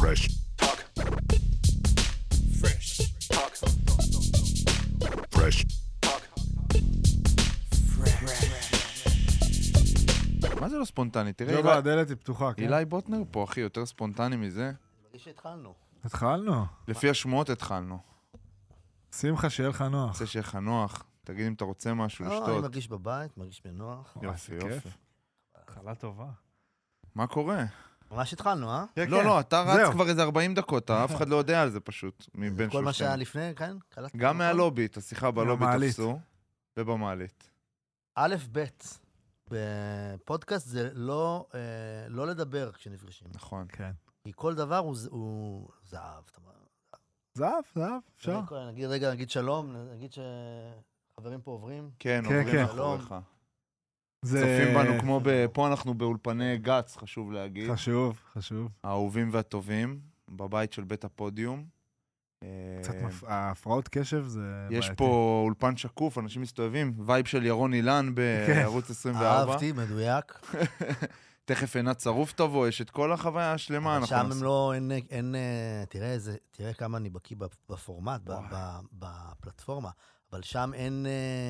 Fresh talk. Fresh talk. Fresh talk. מה זה לא ספונטני? תראה, ג'ובה, הדלת היא פתוחה, כן? אילי בוטנר פה, אחי, יותר ספונטני מזה. מרגיש שהתחלנו. התחלנו. לפי השמועות התחלנו. שמחה, שיהיה לך נוח. רוצה שיהיה לך נוח, תגיד אם אתה רוצה משהו לא, אני לשתות. מרגיש בבית, מרגיש בנוח. יופי, איזה יופי. כיף. התחלה טובה. מה קורה? ממש התחלנו, אה? לא, לא, אתה רץ זהו. כבר איזה 40 דקות, אף אחד לא יודע על זה פשוט, מבין כל מה שהיה שלושתנו. לפני, כן? קלטת גם נכון? מהלובי, את השיחה בלובי מהמעלית. תפסו, ובמעלית. א', ב', בפודקאסט זה לא לדבר כשנפגשים. נכון. כן. כי כל דבר הוא זהב. אתה אומר. זהב, אפשר. נגיד שלום, נגיד שחברים פה עוברים. כן, כן, עוברים כן. מאחוריך. זה צופים בנו כמו פה אנחנו באולפני גץ, חשוב להגיד. חשוב, חשוב. האהובים והטובים, בבית של בית הפודיום. קצת ההפרעות קשב זה יש בעייתי. פה אולפן שקוף, אנשים מסתובבים, וייב של ירון אילן בערוץ 24. אהבתי, מדויק. תכף עינת צרוף תבוא, יש את כל החוויה השלמה. אבל אנחנו שם נעשה. הם לא, אין, תראה כמה אני בקיא בפורמט, בפלטפורמה, אבל שם אין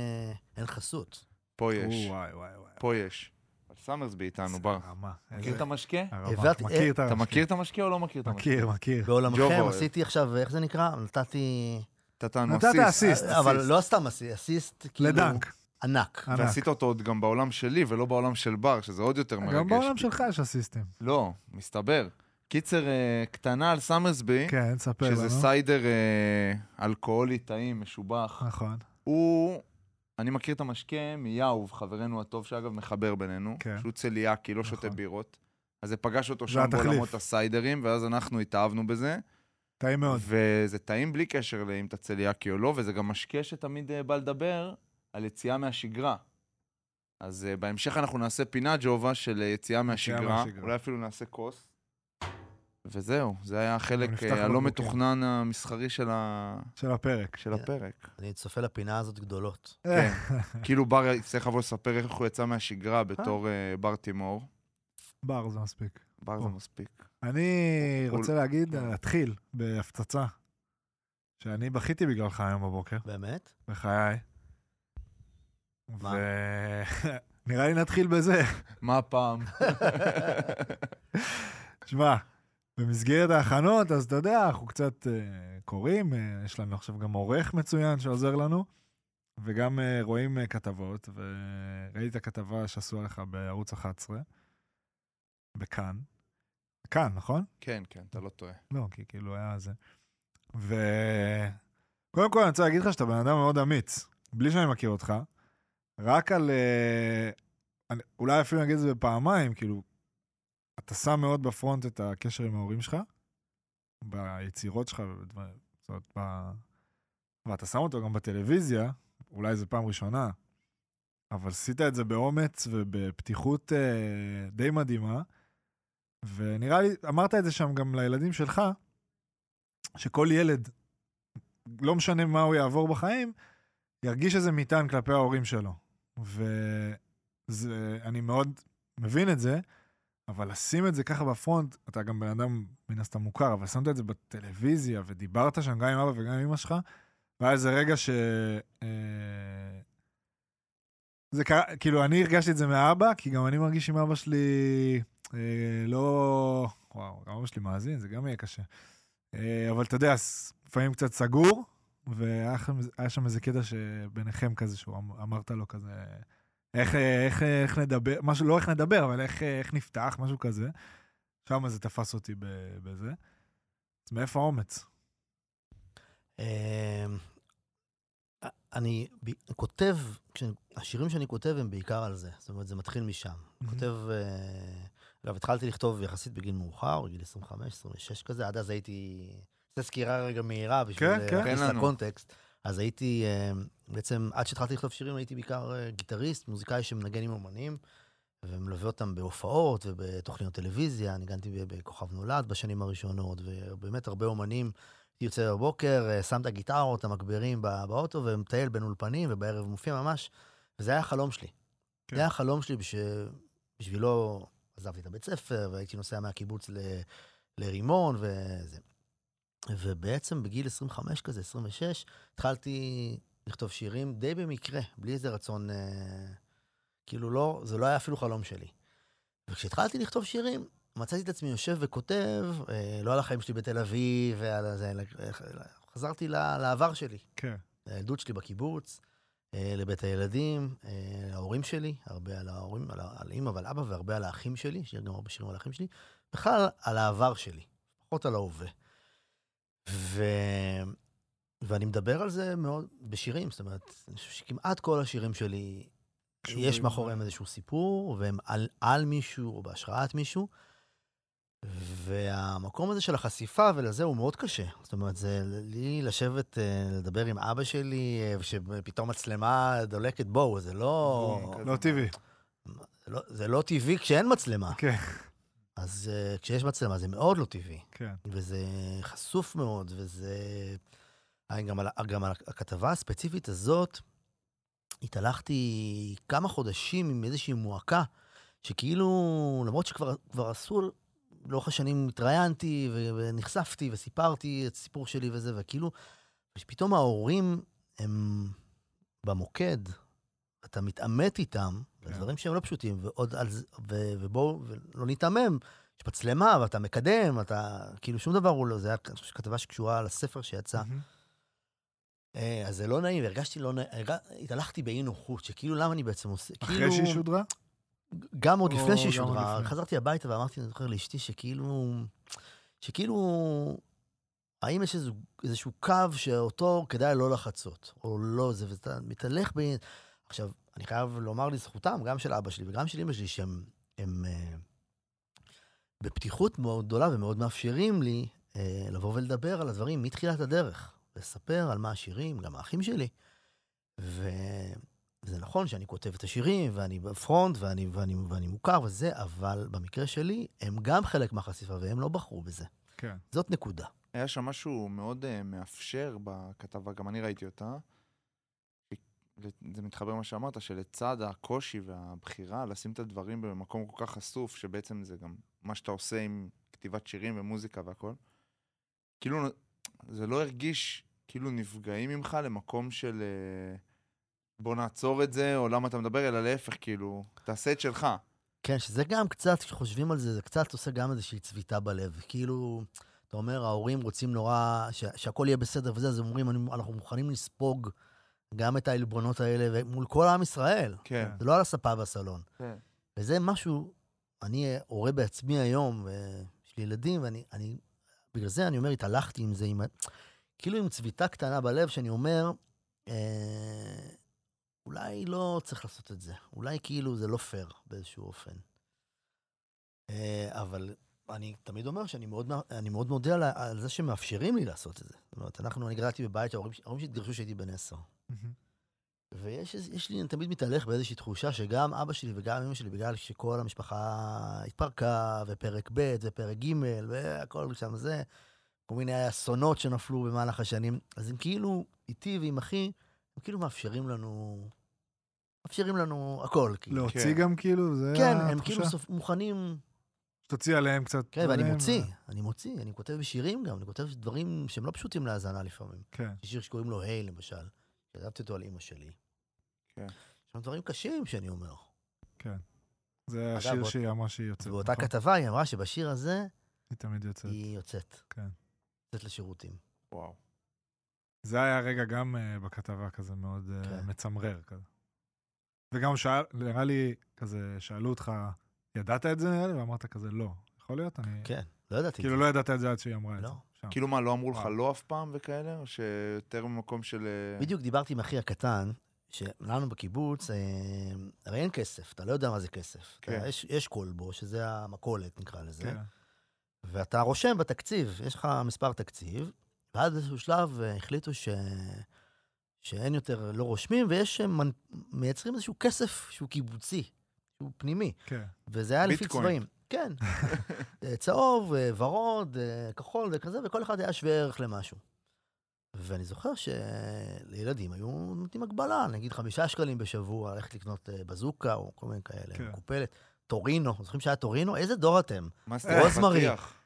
חסות. פה יש, וואי. פה יש. אבל סמרסבי איתנו, בר. הרמה. מכיר את המשקה? הבאתי- מכיר את אתה המשקה. מכיר את המשקה או לא מכיר את המשקה? מכיר. בעולמכם ג'ובה. עשיתי עכשיו, איך זה נקרא? נתתי... נתת אסיסט. אבל לא סתם אסיסט, כאילו... לדנק. ענק. ענק. ועשית אותו עוד גם בעולם שלי ולא בעולם של בר, שזה עוד יותר מרגש. גם בעולם שלך יש אסיסטים. לא, מסתבר. קיצר, קטנה על סמרסבי, כן, ספר לנו. שזה סיידר אלכוהולי טעים, משובח. נכון. אני מכיר את המשקה מיאוב, חברנו הטוב, שאגב מחבר בינינו, כן. שהוא צליאקי, לא נכון. שותה בירות. אז זה פגש אותו זה שם התחליף. בעולמות הסיידרים, ואז אנחנו התאהבנו בזה. טעים מאוד. וזה טעים בלי קשר לאם אתה צליאקי או לא, וזה גם משקה שתמיד בא לדבר על יציאה מהשגרה. אז בהמשך אנחנו נעשה פינה ג'ובה של יציאה מהשגרה, אולי אפילו נעשה כוס. וזהו, זה היה החלק נפתח הלא בקבוקים. מתוכנן המסחרי של הפרק. הפרק. אני צופה לפינה הזאת גדולות. כן, כאילו בר יצטרך לבוא לספר איך הוא יצא מהשגרה בתור בר תימור. בר זה מספיק. בר זה מספיק. אני רוצה להגיד, להתחיל בהפצצה. שאני בכיתי בגללך היום בבוקר, באמת? בחיי. מה? נראה לי נתחיל בזה. מה הפעם? שמע, במסגרת ההכנות, אז אתה יודע, אנחנו קצת קוראים, יש לנו עכשיו גם עורך מצוין שעוזר לנו, וגם רואים כתבות, וראיתי את הכתבה שעשו עליך בערוץ 11, בכאן. כאן, נכון? כן, כן, אתה לא טועה. לא, כי כאילו היה זה. וקודם כל אני רוצה להגיד לך שאתה בן אדם מאוד אמיץ, בלי שאני מכיר אותך, רק על... אולי אפילו נגיד את זה בפעמיים, כאילו, אתה שם מאוד בפרונט את הקשר עם ההורים שלך, ביצירות שלך, זאת אומרת, ואתה שם אותו גם בטלוויזיה, אולי זו פעם ראשונה, אבל עשית את זה באומץ ובפתיחות די מדהימה, ונראה לי, אמרת את זה שם גם לילדים שלך, שכל ילד, לא משנה מה הוא יעבור בחיים, ירגיש איזה מטען כלפי ההורים שלו. ואני מאוד מבין את זה, אבל לשים את זה ככה בפרונט, אתה גם בן אדם מן הסתם מוכר, אבל שמת את זה בטלוויזיה, ודיברת שם גם עם אבא וגם עם אמא שלך, והיה איזה רגע זה קרה, כאילו אני הרגשתי את זה מאבא, כי גם אני מרגיש עם אבא שלי לא... וואו, גם אבא שלי מאזין, זה גם יהיה קשה. אבל אתה יודע, לפעמים קצת סגור, והיה שם איזה קטע שביניכם כזה, שהוא אמרת לו כזה, איך נדבר, משהו, לא איך נדבר, אבל איך נפתח, משהו כזה. שם זה תפס אותי בזה. אז מאיפה האומץ? אני כותב, השירים שאני כותב הם בעיקר על זה. זאת אומרת, זה מתחיל משם. כותב, אגב, התחלתי לכתוב יחסית בגיל מאוחר, בגיל 25, 26 כזה, עד אז הייתי, זה סקירה רגע מהירה בשביל להכניס לקונטקסט. אז הייתי, בעצם, עד שהתחלתי לכתוב שירים, הייתי בעיקר גיטריסט, מוזיקאי שמנגן עם אומנים, ומלווה אותם בהופעות ובתוכניות טלוויזיה, ניגנתי בכוכב נולד בשנים הראשונות, ובאמת הרבה אומנים, יוצא בבוקר, שם את הגיטרות, המגברים באוטו, ומטייל בין אולפנים, ובערב מופיע ממש, וזה היה החלום שלי. זה היה החלום שלי בשבילו עזבתי את הבית ספר, והייתי נוסע מהקיבוץ לרימון וזה. ובעצם בגיל 25 כזה, 26, התחלתי לכתוב שירים די במקרה, בלי איזה רצון, כאילו לא, זה לא היה אפילו חלום שלי. וכשהתחלתי לכתוב שירים, מצאתי את עצמי יושב וכותב, לא על החיים שלי בתל אביב, ועל זה, חזרתי לעבר שלי. כן. לילדות שלי בקיבוץ, לבית הילדים, ההורים שלי, הרבה על ההורים, על אמא ועל אבא, והרבה על האחים שלי, שיש גם הרבה שירים על האחים שלי, בכלל על העבר שלי, פחות על ההווה. ואני מדבר על זה מאוד בשירים, זאת אומרת, אני חושב שכמעט כל השירים שלי, יש מאחוריהם איזשהו סיפור, והם על מישהו או בהשראת מישהו, והמקום הזה של החשיפה ולזה הוא מאוד קשה. זאת אומרת, זה לי לשבת, לדבר עם אבא שלי, ושפתאום מצלמה דולקת בו, זה לא טבעי. זה לא טבעי כשאין מצלמה. כן. אז כשיש מצלמה זה מאוד לא טבעי. כן. וזה חשוף מאוד, וזה... גם על הכתבה הספציפית הזאת, התהלכתי כמה חודשים עם איזושהי מועקה, שכאילו, למרות שכבר עשו, לאורך השנים התראיינתי ונחשפתי וסיפרתי את הסיפור שלי וזה, וכאילו, פתאום ההורים הם במוקד, אתה מתאמת איתם, דברים שהם לא פשוטים, ועוד על זה, ובואו, ולא נתאמם, יש מצלמה, ואתה מקדם, אתה, כאילו שום דבר הוא לא, זה היה כתבה שקשורה לספר שיצא. אז זה לא נעים, הרגשתי לא נעים, התהלכתי באי נוחות, שכאילו למה אני בעצם עושה, אחרי שהיא שודרה? גם עוד לפני שהיא שודרה, חזרתי הביתה ואמרתי, אני זוכר לאשתי, שכאילו, האם יש איזשהו קו שאותו כדאי לא לחצות, או לא, זה, ואתה מתהלך ב... עכשיו, אני חייב לומר לזכותם, גם של אבא שלי וגם של אמא שלי, שהם בפתיחות מאוד גדולה ומאוד מאפשרים לי לבוא ולדבר על הדברים מתחילת הדרך, לספר על מה השירים, גם האחים שלי. וזה נכון שאני כותב את השירים, ואני בפרונט, ואני מוכר וזה, אבל במקרה שלי, הם גם חלק מהחשיפה, והם לא בחרו בזה. כן. זאת נקודה. היה שם משהו מאוד מאפשר בכתבה, גם אני ראיתי אותה. זה מתחבר מה שאמרת, שלצד הקושי והבחירה, לשים את הדברים במקום כל כך חשוף, שבעצם זה גם מה שאתה עושה עם כתיבת שירים ומוזיקה והכל. כאילו, זה לא הרגיש כאילו נפגעים ממך למקום של בוא נעצור את זה, או למה אתה מדבר, אלא להפך, כאילו, תעשה את שלך. כן, שזה גם קצת, כשחושבים על זה, זה קצת עושה גם איזושהי צביטה בלב. כאילו, אתה אומר, ההורים רוצים נורא, שהכל יהיה בסדר וזה, אז הם אומרים, אנחנו מוכנים לספוג גם את העלבונות האלה, מול כל עם ישראל. כן. זה לא על הספה בסלון. כן. וזה משהו, אני הורה בעצמי היום, ויש לי ילדים, ואני, בגלל זה אני אומר, התהלכתי עם זה, כאילו עם צביטה קטנה בלב, שאני אומר, אולי לא צריך לעשות את זה. אולי כאילו זה לא פייר באיזשהו אופן. אבל אני תמיד אומר שאני מאוד מודה על זה שמאפשרים לי לעשות את זה. זאת אומרת, אני גדלתי בבית, ההורים שהתגרשו שהייתי בן 10. ויש לי, אני תמיד מתהלך באיזושהי תחושה שגם אבא שלי וגם אמא שלי, בגלל שכל המשפחה התפרקה, ופרק ב' ופרק ג' והכל שם זה, כל מיני אסונות שנפלו במהלך השנים, אז הם כאילו, איתי ועם אחי, הם כאילו מאפשרים לנו הכל. להוציא גם כאילו, זה כן, הם כאילו מוכנים... שתוציא עליהם קצת... כן, ואני מוציא, אני כותב בשירים גם, אני כותב דברים שהם לא פשוטים להאזנה לפעמים. כן. יש שיר שקוראים לו היי, למשל, כתבתי אותו על אמא שלי. כן. יש לנו דברים קשים שאני אומר. כן. זה השיר שהיא אמרה שהיא יוצאת. באותה כתבה היא אמרה שבשיר הזה... היא תמיד יוצאת. היא יוצאת. כן. יוצאת לשירותים. וואו. זה היה רגע גם בכתבה כזה מאוד מצמרר כזה. וגם נראה לי כזה, שאלו אותך, ידעת את זה נראה לי? ואמרת כזה, לא. יכול להיות? כן, לא ידעתי. כאילו לא ידעת את זה עד שהיא אמרה את זה. כאילו מה, לא אמרו לך לא אף פעם וכאלה? או שיותר במקום של... בדיוק דיברתי עם אחי הקטן, שלנו בקיבוץ, הרי אין כסף, אתה לא יודע מה זה כסף. יש קולבו, שזה המקולת נקרא לזה. ואתה רושם בתקציב, יש לך מספר תקציב, ועד איזשהו שלב החליטו שאין יותר לא רושמים, ויש מייצרים איזשהו כסף שהוא קיבוצי, שהוא פנימי. כן. וזה היה לפי צבעים. כן. צהוב, ורוד, כחול וכזה, וכל אחד היה שווה ערך למשהו. ואני זוכר שלילדים היו נותנים הגבלה, נגיד 5 שקלים בשבוע, ללכת לקנות בזוקה או כל מיני כאלה, מקופלת. טורינו, זוכרים שהיה טורינו? איזה דור אתם? מה זה? רוזמרי.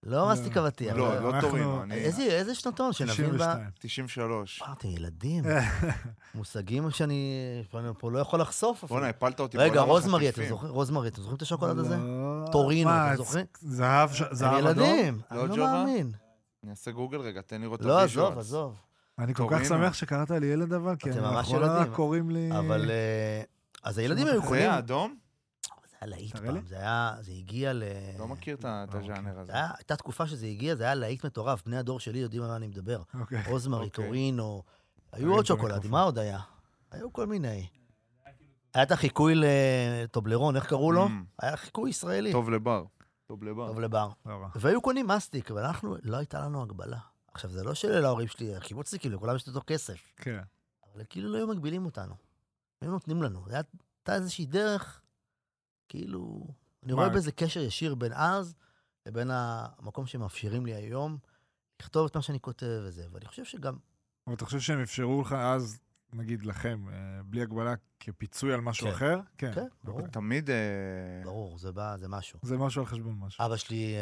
לא מסטיק אבטיח. לא טורינו. איזה שנתון, שנבין בה? 93. אתם ילדים. מושגים שאני פה לא יכול לחשוף. בוא'נה, הפלת אותי רגע, רוזמרי, אתם זוכרים את השוקולד הזה? טורינו, אתם זוכרים? זהב הם ילדים, אני לא מאמין. אני אעשה גוגל רגע, תן לראות את לא, הוויז'ואלס. עזוב. אני כל כך שמח שקראת לי ילד אבל, כי אתם ממש לאחרונה ילדים. קוראים לי... אבל, אז הילדים היו קוראים... זה האדום? זה היה להיט פעם, זה הגיע ל... לא מכיר את הז'אנר הזה. הייתה תקופה שזה הגיע, זה היה להיט מטורף, בני הדור שלי יודעים על מה אני מדבר. רוזמרי, טורינו, היו עוד שוקולדים, מה עוד היה? היו כל מיני. היה את החיקוי לטובלרון, איך קראו לו? היה חיקוי ישראלי. טוב לבר. טוב לבר. והיו קונים מסטיק, ואנחנו, לא הייתה לנו הגבלה. עכשיו, זה לא שלהורים שלי, הקיבוצניקים, לכולם יש את אותו כסף. כן. אבל כאילו לא היו מגבילים אותנו. היו נותנים לנו. הייתה איזושהי דרך, כאילו... אני רואה בזה קשר ישיר בין אז לבין המקום שמאפשרים לי היום לכתוב את מה שאני כותב וזה. ואני חושב שגם... אבל אתה חושב שהם אפשרו לך אז, נגיד לכם, בלי הגבלה כפיצוי על משהו אחר? כן, ברור. תמיד... ברור, זה משהו. זה משהו על חשבון משהו. אבא שלי,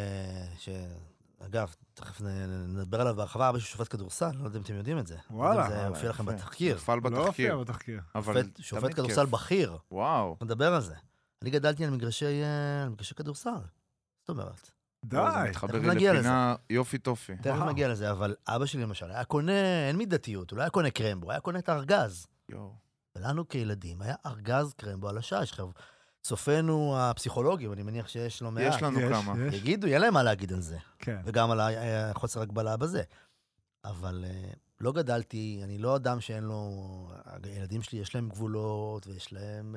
אגב, תכף נדבר עליו בהרחבה, אבא שלי שופט כדורסל, לא יודע אם אתם יודעים את זה. וואלה. זה הופיע לכם בתחקיר. נפל לא הופיע בתחקיר. שופט כדורסל בכיר. וואו. נדבר על זה. אני גדלתי על מגרשי כדורסל. זאת אומרת. די. מתחבר לפינה יופי טופי. תכף נגיע לזה, אבל אבא שלי למשל היה קונה, אין מידתיות, הוא לא היה קונה קרמבו, היה קונה את הארגז. ולנו כילדים היה ארגז קרמבו על השש. צופנו הפסיכולוגים, אני מניח שיש לו מעט. יש לנו כמה. יגידו, יהיה להם מה להגיד על זה. כן. וגם על חוסר הגבלה בזה. אבל לא גדלתי, אני לא אדם שאין לו... הילדים שלי יש להם גבולות, ויש להם...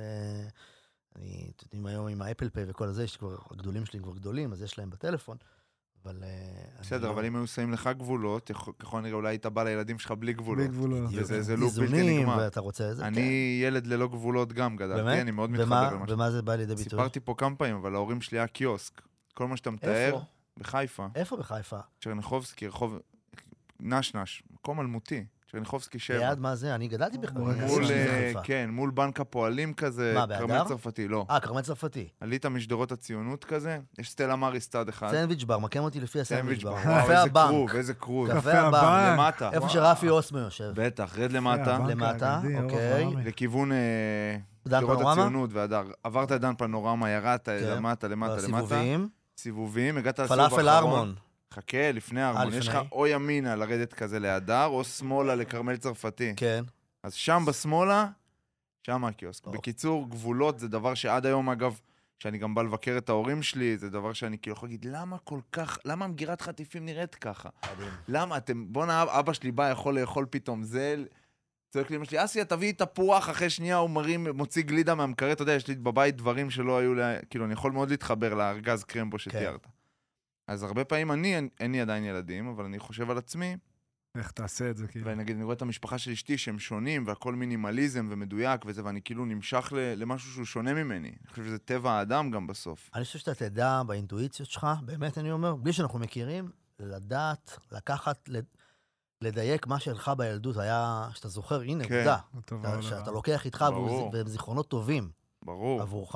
אתם יודעים היום עם האפל פיי וכל הזה, הגדולים שלי כבר גדולים, אז יש להם בטלפון. אבל... בסדר, אבל אם היו שמים לך גבולות, ככל נראה אולי היית בא לילדים שלך בלי גבולות. בלי גבולות. וזה לופ בלתי נגמר. ואתה רוצה איזה... אני ילד ללא גבולות גם גדלתי, אני מאוד מתחבר למה. ומה זה בא לידי ביטוי? סיפרתי פה כמה פעמים, אבל ההורים שלי היה קיוסק. כל מה שאתה מתאר, בחיפה. איפה בחיפה? צ'רניחובסקי, רחוב נש, מקום אלמותי. צ'רניחובסקי 7. ליד מה זה? אני גדלתי בחיפה. כן, מול בנק הפועלים כזה. מה, באדר? כרמל צרפתי, לא. כרמל צרפתי. עלית משדרות הציונות כזה, יש סטלה מריס צד אחד. סנדוויץ' בר, מקם אותי לפי הסנדוויץ' בר. קפה הבנק. איזה קרוב. קפה הבנק. למטה. איפה שרפי אוסמו יושב. בטח, רד למטה. למטה, אוקיי. לכיוון משדרות הציונות והדר. עברת את דן פנורמה, ירדת למטה. סיבובים, הגעת לסיבוב האחרון. פלאפל ארמון. חכה, לפני הארמון, יש לך או ימינה לרדת כזה להדר, או שמאלה לכרמל צרפתי. כן. אז שם בשמאלה, שם הקיוסק. בקיצור, גבולות זה דבר שעד היום, אגב, שאני גם בא לבקר את ההורים שלי, זה דבר שאני כאילו יכול להגיד, למה מגירת חטיפים נראית ככה? למה בוא'נה, אבא שלי בא, יכול לאכול פתאום זל, צועק לי אמא שלי, אסיה, תביא תפוח, אחרי שנייה הוא מוציא גלידה מהמקרר, אתה יודע, יש לי בבית דברים שלא היו, כאילו, אני יכול מאוד להתחבר לארגז קרמבו שתיארת. אז הרבה פעמים אין לי עדיין ילדים, אבל אני חושב על עצמי. איך תעשה את זה, כאילו? ונגיד, אני רואה את המשפחה של אשתי שהם שונים, והכל מינימליזם ומדויק וזה, ואני כאילו נמשך למשהו שהוא שונה ממני. אני חושב שזה טבע האדם גם בסוף. אני חושב שאתה תדע באינטואיציות שלך, באמת אני אומר, בלי שאנחנו מכירים, לדעת, לקחת, לדייק מה שלך בילדות היה, שאתה זוכר, הנה, עובדה. שאתה לוקח איתך בזיכרונות טובים. ברור. עבורך,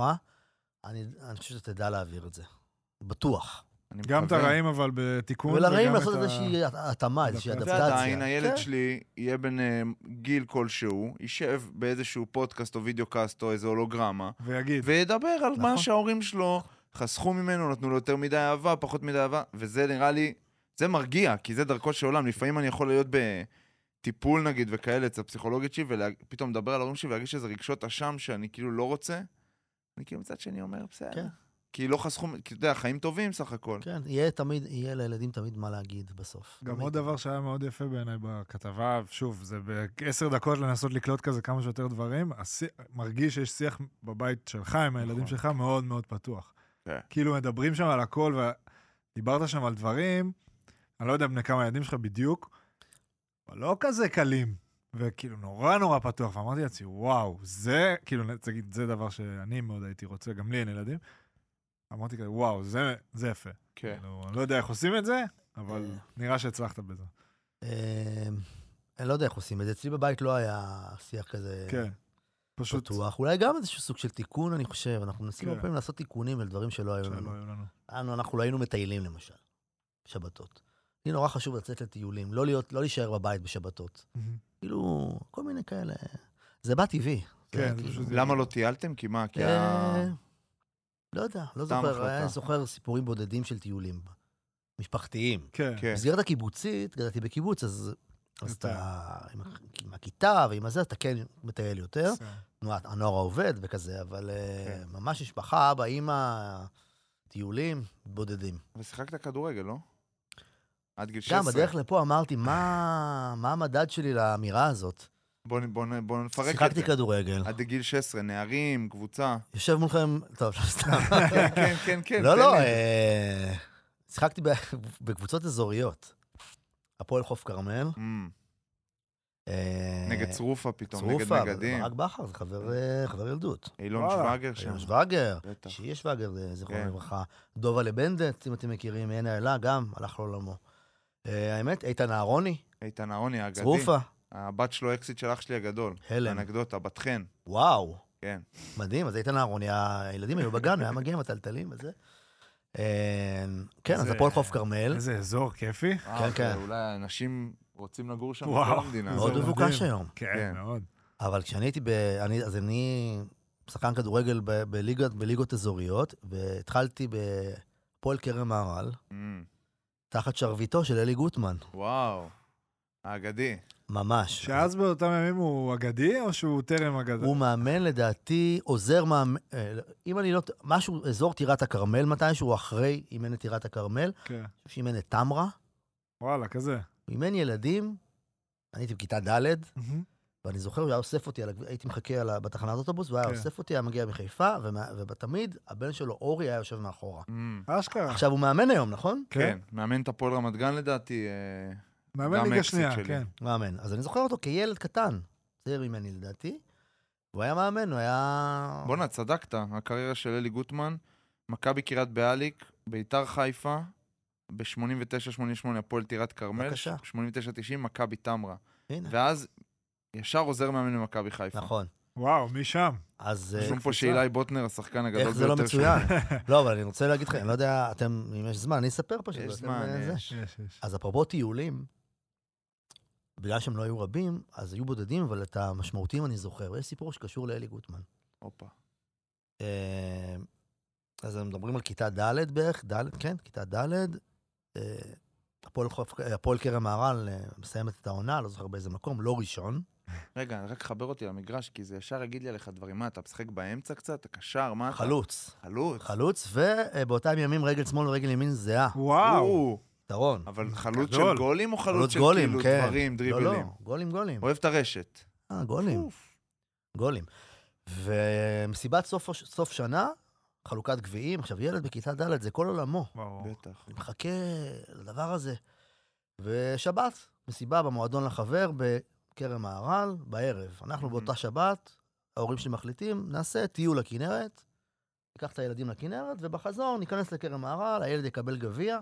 אני חושב שאתה תדע להעביר את זה. בטוח. גם את הרעים אבל בתיקון. ולרעים לעשות איזושהי התאמה, איזושהי אדפטציה. ועדיין הילד שלי יהיה בין גיל כלשהו, יישב באיזשהו פודקאסט או וידאו-קאסט או איזו הולוגרמה, וידבר על מה שההורים שלו חסכו ממנו, נתנו לו יותר מדי אהבה, פחות מדי אהבה, וזה נראה לי, זה מרגיע, כי זה דרכו של עולם. לפעמים אני יכול להיות בטיפול נגיד וכאלה אצל הפסיכולוגית שלי, ופתאום מדבר על ההורים שלי ולהגיש איזה רגשות אשם שאני כאילו לא רוצה, אני כאילו מצד שני אומר, בסדר. כי לא חסכו, כי אתה יודע, חיים טובים סך הכל. כן, יהיה לילדים תמיד מה להגיד בסוף. גם עוד דבר שהיה מאוד יפה בעיניי בכתבה, שוב, זה ב10 דקות לנסות לקלוט כזה כמה שיותר דברים, מרגיש שיש שיח בבית שלך עם הילדים שלך מאוד מאוד פתוח. כאילו מדברים שם על הכל, ודיברת שם על דברים, אני לא יודע בני כמה ילדים שלך בדיוק, אבל לא כזה קלים, וכאילו נורא נורא פתוח, ואמרתי לעצמי, וואו, זה, כאילו, תגיד, זה דבר שאני מאוד הייתי רוצה, גם לי אין ילדים, אמרתי כזה, וואו, זה יפה. כן. אני לא יודע איך עושים את זה, אבל נראה שהצלחת בזה. אני לא יודע איך עושים את זה. אצלי בבית לא היה שיח כזה פתוח. אולי גם איזשהו סוג של תיקון, אני חושב. אנחנו מנסים הרבה פעמים לעשות תיקונים על דברים שלא היו לנו. אנחנו לא היינו מטיילים, למשל. בשבתות. לי נורא חשוב לצאת לטיולים, לא להישאר בבית בשבתות. כאילו, כל מיני כאלה. זה בא טבעי. כן, זה פשוט... למה לא טיילתם? כי מה? כי לא יודע, לא סתם זוכר, החלטה. אני זוכר סיפורים בודדים של טיולים. משפחתיים. כן. כן. במסגרת הקיבוצית, גדלתי בקיבוץ, אז אתה- אתה עם הכיתה ועם הזה, אתה כן מטייל יותר. תנועת הנוער העובד וכזה, אבל ממש משפחה, אבא, אמא, טיולים, בודדים. ושיחקת כדורגל, לא? עד גיל 16. גם בדרך לפה אמרתי, מה המדד שלי לאמירה הזאת? בוא נפרק את שיחקתי זה. כדורגל. עד גיל 16, נערים, קבוצה. יושב מולכם, טוב, לא סתם. כן. לא, לא, תן לי. שיחקתי בקבוצות אזוריות. הפועל חוף כרמל. נגד צרופה פתאום, נגד צרופה, נגדים. ברק בכר, זה חבר ילדות. אילון וואלה. שווגר שם. אילון שווגר, בטח. שיהיה שווגר, זיכרונו כן. לברכה. דובה לבנדט, אם אתם מכירים, מעין האלה, גם הלך לעולמו. האמת, איתן אהרוני, איתן אהרוני האגדי. צרופה, הבת שלו אקסיט של אח שלי הגדול. הלם. אנקדוטה, בת חן. וואו, כן. מדהים, אז איתן אהרוני, הילדים היו בגן, היה מגיע עם הטלטלים וזה. כן, אז איזה- הפועל חוף כרמל, איזה אזור כיפי. כן. אולי אנשים רוצים לגור שם וואו. בכל המדינה. מאוד זה מבוקש מדהים. היום. כן, כן. מאוד. אבל כשאני הייתי אז אני שחקן כדורגל בליגות אזוריות, והתחלתי בפועל כרם מהר"ל, תחת שרביטו של אלי גוטמן. וואו. האגדי. ממש. שאז באותם ימים הוא אגדי, או שהוא טרם אגדה? הוא מאמן, לדעתי, עוזר מאמן, אם אני לא... משהו, אזור טירת הכרמל, מתישהו אחרי אימן את טירת הכרמל, כן. שאימן את תמרה, וואלה, כזה. הוא אימן ילדים, אני הייתי בכיתה ד', ואני זוכר, הוא היה אוסף אותי, הייתי מחכה בתחנת אוטובוס, והוא היה כן. אוסף אותי, היה מגיע מחיפה, ובתמיד הבן שלו, אורי, היה יושב מאחורה. אשכרה. עכשיו, הוא מאמן היום, נכון? כן. מאמן את הפועל רמת גן לדעתי. מאמן גם ליגה אקסיט שנייה, שלי. כן. מאמן. אז אני זוכר אותו כילד קטן, צעיר ממני לדעתי, הוא היה מאמן, הוא היה... בוא'נה, צדקת. הקריירה של אלי גוטמן, מכבי קריית ביאליק, ביתר חיפה, ב-89-88 הפועל טירת כרמל, בבקשה. 89-90 מכבי תמרה. הנה, ואז ישר עוזר מאמן למכבי חיפה. נכון. וואו, משם. אז רשום פה שאילי בוטנר, השחקן הגדול איך ביותר זה לא מצוין? שלנו. לא, אבל אני רוצה להגיד לכם, אני לא יודע, אם יש זמן, אני אספר פשוט. יש אתם, זמן, זה. יש. יש. אז אפרופו טיולים, בגלל שהם לא היו רבים, אז היו בודדים, אבל את המשמעותיים אני זוכר. ויש סיפור שקשור לאלי גוטמן. הופה. אז הם מדברים על כיתה ד' בערך, כן, כיתה ד', הפועל כרם מהר"ל מסיימת את העונה, לא זוכר באיזה מקום, לא ראשון. רגע, רק חבר אותי למגרש, כי זה ישר יגיד לי עליך דברים. מה, אתה משחק באמצע קצת? אתה קשר? מה אתה? חלוץ. חלוץ. ובאותם ימים רגל שמאל ורגל ימין זהה. וואו. יתרון. אבל חלוץ של גדול. גולים או חלוץ של גולים, כאילו כן. דברים, לא, לא, דריבלים? גולים. אוהב את הרשת. גולים. גולים. ומסיבת סוף שנה, חלוקת גביעים, עכשיו ילד בכיתה ד' זה כל עולמו. וואו. בטח. אני מחכה לדבר הזה. ושבת, מסיבה במועדון לחבר בכרם מהר"ל, בערב. אנחנו באותה שבת, ההורים שלי מחליטים, נעשה טיול לכנרת, ניקח את הילדים לכנרת, ובחזור ניכנס לכרם מהר"ל, הילד יקבל גביע.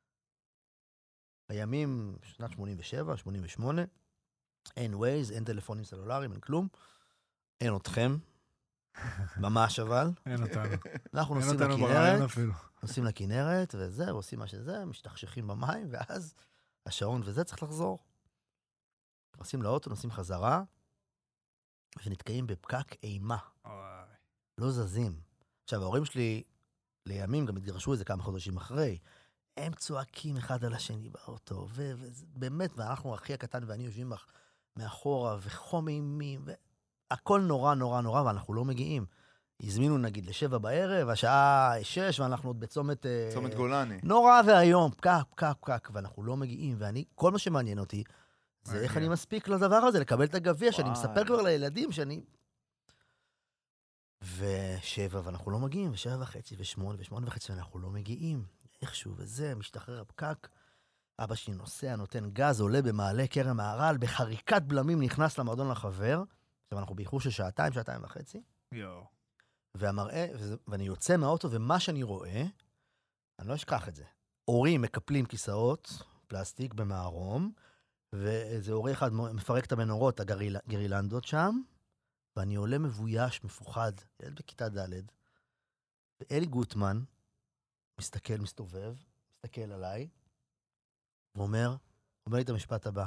הימים, שנת 87, 88, אין ווייז, אין טלפונים סלולריים, אין כלום. אין אתכם. ממש אבל. אין אותנו. אנחנו אין נוסעים אותנו ברעיון לכנרת, אפילו. נוסעים לכנרת, וזה, ועושים מה שזה, משתכשכים במים, ואז השעון וזה צריך לחזור. נוסעים לאוטו, נוסעים חזרה, ונתקעים בפקק אימה. לא זזים. עכשיו, ההורים שלי, לימים גם התגרשו איזה כמה חודשים אחרי, הם צועקים אחד על השני באוטו, ובאמת, ואנחנו, אחי הקטן ואני יושבים מאחורה, וחום אימים, והכל נורא נורא נורא, ואנחנו לא מגיעים. הזמינו נגיד ל7 בערב, השעה 6, ואנחנו עוד בצומת... צומת גולני. נורא והיום, פקק, ואנחנו לא מגיעים, ואני, כל מה שמעניין אותי, זה איך אני מספיק לדבר הזה, לקבל את הגביע, שאני מספר כבר לילדים שאני... 7, ואנחנו לא מגיעים, 7:30, 8:30, ואנחנו לא מגיעים. איכשהו וזה, משתחרר הפקק. אבא שלי נוסע, נותן גז, עולה במעלה כרם מהר"ל, בחריקת בלמים נכנס למועדון לחבר. עכשיו אנחנו באיחור של שעתיים וחצי. יואו. והמראה, ואני יוצא מהאוטו, ומה שאני רואה, אני לא אשכח את זה. הורים מקפלים כיסאות, פלסטיק במערום, ואיזה הורה אחד מפרק את המנורות, הגרירלנדות שם, ואני עולה מבויש, מפוחד, ילד בכיתה ד', ואלי גוטמן מסתכל, מסתובב, מסתכל עליי, הוא אומר לי את המשפט הבא,